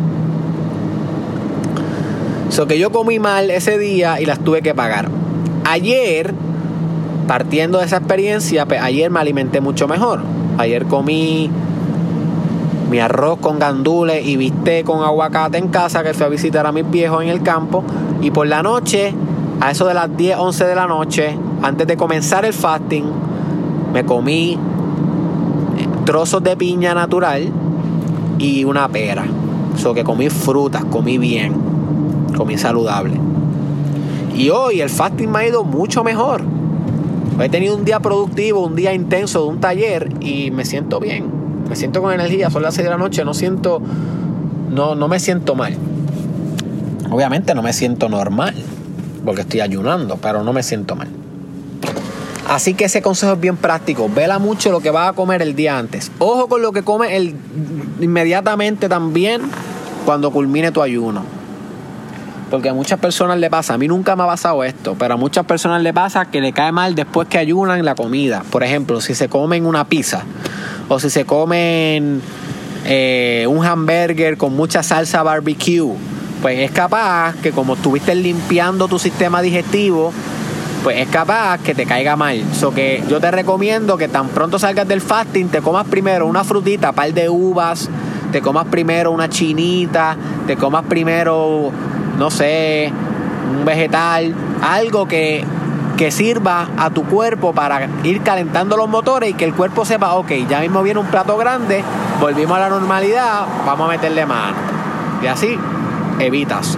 So que yo comí mal ese día y las tuve que pagar. Ayer, partiendo de esa experiencia, pues ayer me alimenté mucho mejor. Ayer comí mi arroz con gandules y bistec con aguacate en casa, que fui a visitar a mis viejos en el campo. Y por la noche, a eso de las 10-11 de la noche, antes de comenzar el fasting, me comí trozos de piña natural y una pera. So que comí frutas, comí bien, comí saludable. Y hoy el fasting me ha ido mucho mejor. He tenido un día productivo, un día intenso de un taller y me siento bien. Me siento con energía, son las 6 de la noche, no me siento mal. Obviamente no me siento normal, porque estoy ayunando, pero no me siento mal. Así que ese consejo es bien práctico. Vela mucho lo que vas a comer el día antes. Ojo con lo que comes inmediatamente también cuando culmine tu ayuno. Porque a muchas personas le pasa, a mí nunca me ha pasado esto, pero a muchas personas le pasa que le cae mal después que ayunan la comida. Por ejemplo, si se comen una pizza o si se comen un hamburger con mucha salsa barbecue, pues es capaz que como estuviste limpiando tu sistema digestivo, pues es capaz que te caiga mal. So que yo te recomiendo que tan pronto salgas del fasting, te comas primero una frutita, par de uvas, te comas primero una chinita, te comas primero, no sé, un vegetal, algo que sirva a tu cuerpo para ir calentando los motores y que el cuerpo sepa, ok, ya mismo viene un plato grande, volvimos a la normalidad, vamos a meterle mano. Y así evitas.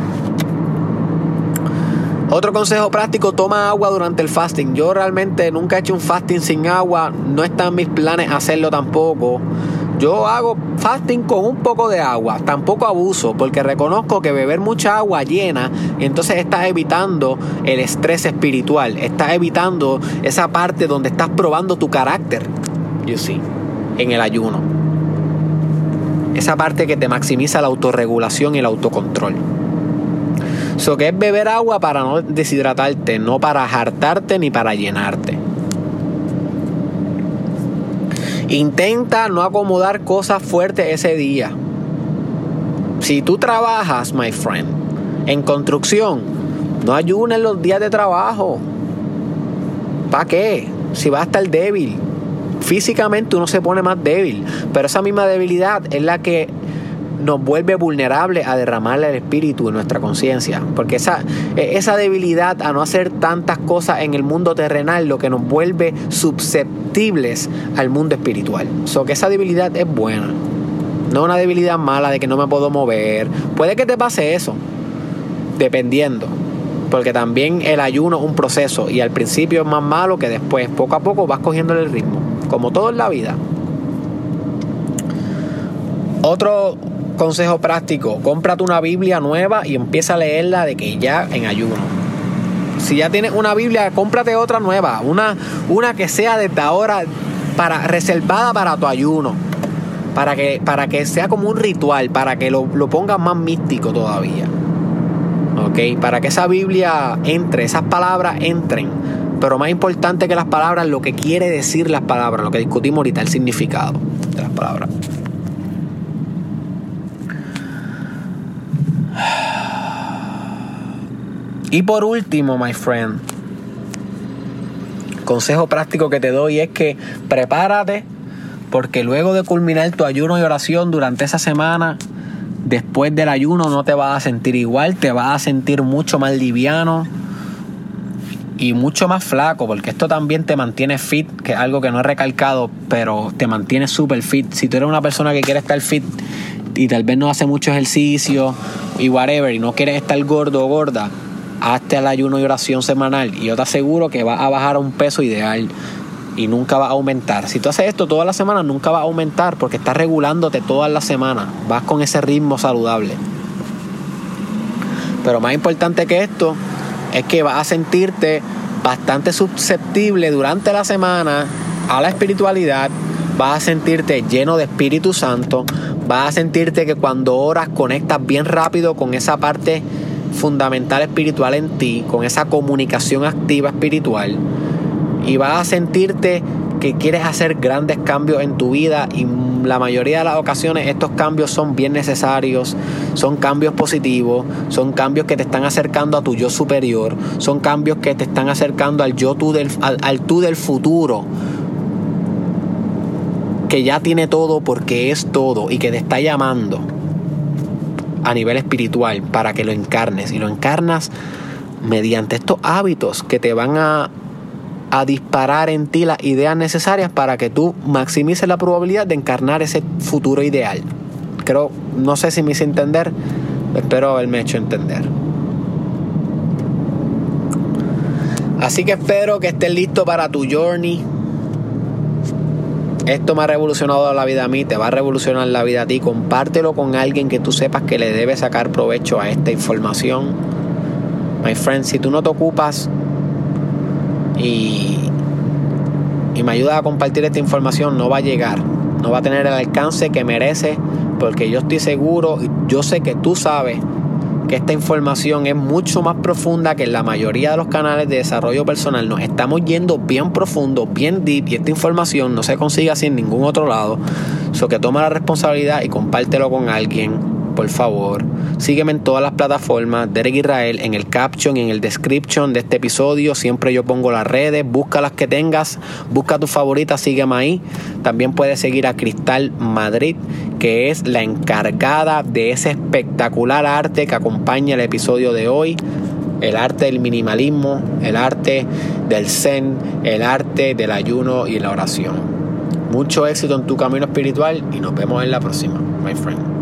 Otro consejo práctico, toma agua durante el fasting. Yo realmente nunca he hecho un fasting sin agua, no está en mis planes hacerlo tampoco. Yo hago fasting con un poco de agua, tampoco abuso, porque reconozco que beber mucha agua llena, y entonces estás evitando el estrés espiritual, estás evitando esa parte donde estás probando tu carácter, en el ayuno. Esa parte que te maximiza la autorregulación y el autocontrol. So que es beber agua para no deshidratarte, no para hartarte ni para llenarte. Intenta no acomodar cosas fuertes ese día. Si tú trabajas, my friend, en construcción, no ayunes los días de trabajo. ¿Para qué? Si vas a estar débil. físicamente uno se pone más débil, pero esa misma debilidad es la que nos vuelve vulnerables a derramarle el espíritu en nuestra conciencia, porque esa debilidad a no hacer tantas cosas en el mundo terrenal lo que nos vuelve susceptibles al mundo espiritual. Que esa debilidad es buena, no una debilidad mala de que no me puedo mover. Puede que te pase eso, dependiendo, porque también el ayuno es un proceso y al principio es más malo que después. Poco a poco vas cogiéndole el ritmo, como todo en la vida. Otro consejo práctico: cómprate una Biblia nueva y empieza a leerla de que ya en ayuno. Si ya tienes una Biblia, cómprate otra nueva, una que sea desde ahora reservada para tu ayuno, para que sea como un ritual, para que lo pongas más místico todavía, ¿ok? Para que esa Biblia entre, esas palabras entren, pero más importante que las palabras, lo que quiere decir las palabras, lo que discutimos ahorita, el significado de las palabras. Y por último, my friend, consejo práctico que te doy es que prepárate, porque luego de culminar tu ayuno y oración durante esa semana, después del ayuno no te vas a sentir igual, te vas a sentir mucho más liviano y mucho más flaco, porque esto también te mantiene fit, que es algo que no he recalcado, pero te mantiene súper fit. Si tú eres una persona que quiere estar fit y tal vez no hace mucho ejercicio y whatever, y no quieres estar gordo o gorda, hazte el ayuno y oración semanal y yo te aseguro que vas a bajar a un peso ideal y nunca vas a aumentar. Si tú haces esto todas las semanas, nunca vas a aumentar, porque estás regulándote todas las semanas, vas con ese ritmo saludable. Pero más importante que esto es que vas a sentirte bastante susceptible durante la semana a la espiritualidad, vas a sentirte lleno de Espíritu Santo, vas a sentirte que cuando oras conectas bien rápido con esa parte fundamental espiritual en ti, con esa comunicación activa espiritual, y vas a sentirte que quieres hacer grandes cambios en tu vida, y la mayoría de las ocasiones estos cambios son bien necesarios, son cambios positivos, son cambios que te están acercando a tu yo superior, son cambios que te están acercando al tú del futuro, que ya tiene todo porque es todo y que te está llamando a nivel espiritual para que lo encarnes, y lo encarnas mediante estos hábitos que te van a disparar en ti las ideas necesarias para que tú maximices la probabilidad de encarnar ese futuro ideal. No sé si me hice entender, espero haberme hecho entender. Así que espero que estés listo para tu journey. Esto me ha revolucionado la vida a mí, te va a revolucionar la vida a ti. Compártelo con alguien que tú sepas que le debe sacar provecho a esta información. My friend, si tú no te ocupas y me ayudas a compartir esta información, no va a llegar, no va a tener el alcance que merece, porque yo estoy seguro, yo sé que tú sabes que esta información es mucho más profunda que en la mayoría de los canales de desarrollo personal. Nos estamos yendo bien profundo, bien deep, y esta información no se consigue así en ningún otro lado. Que toma la responsabilidad y compártelo con alguien, por favor. Sígueme en todas las plataformas, Derek Israel, en el caption y en el description de este episodio. Siempre yo pongo las redes, busca las que tengas, busca tus favoritas, sígueme ahí. También puedes seguir a Cristal Madrid, que es la encargada de ese espectacular arte que acompaña el episodio de hoy. El arte del minimalismo, el arte del zen, el arte del ayuno y la oración. Mucho éxito en tu camino espiritual y nos vemos en la próxima, my friend.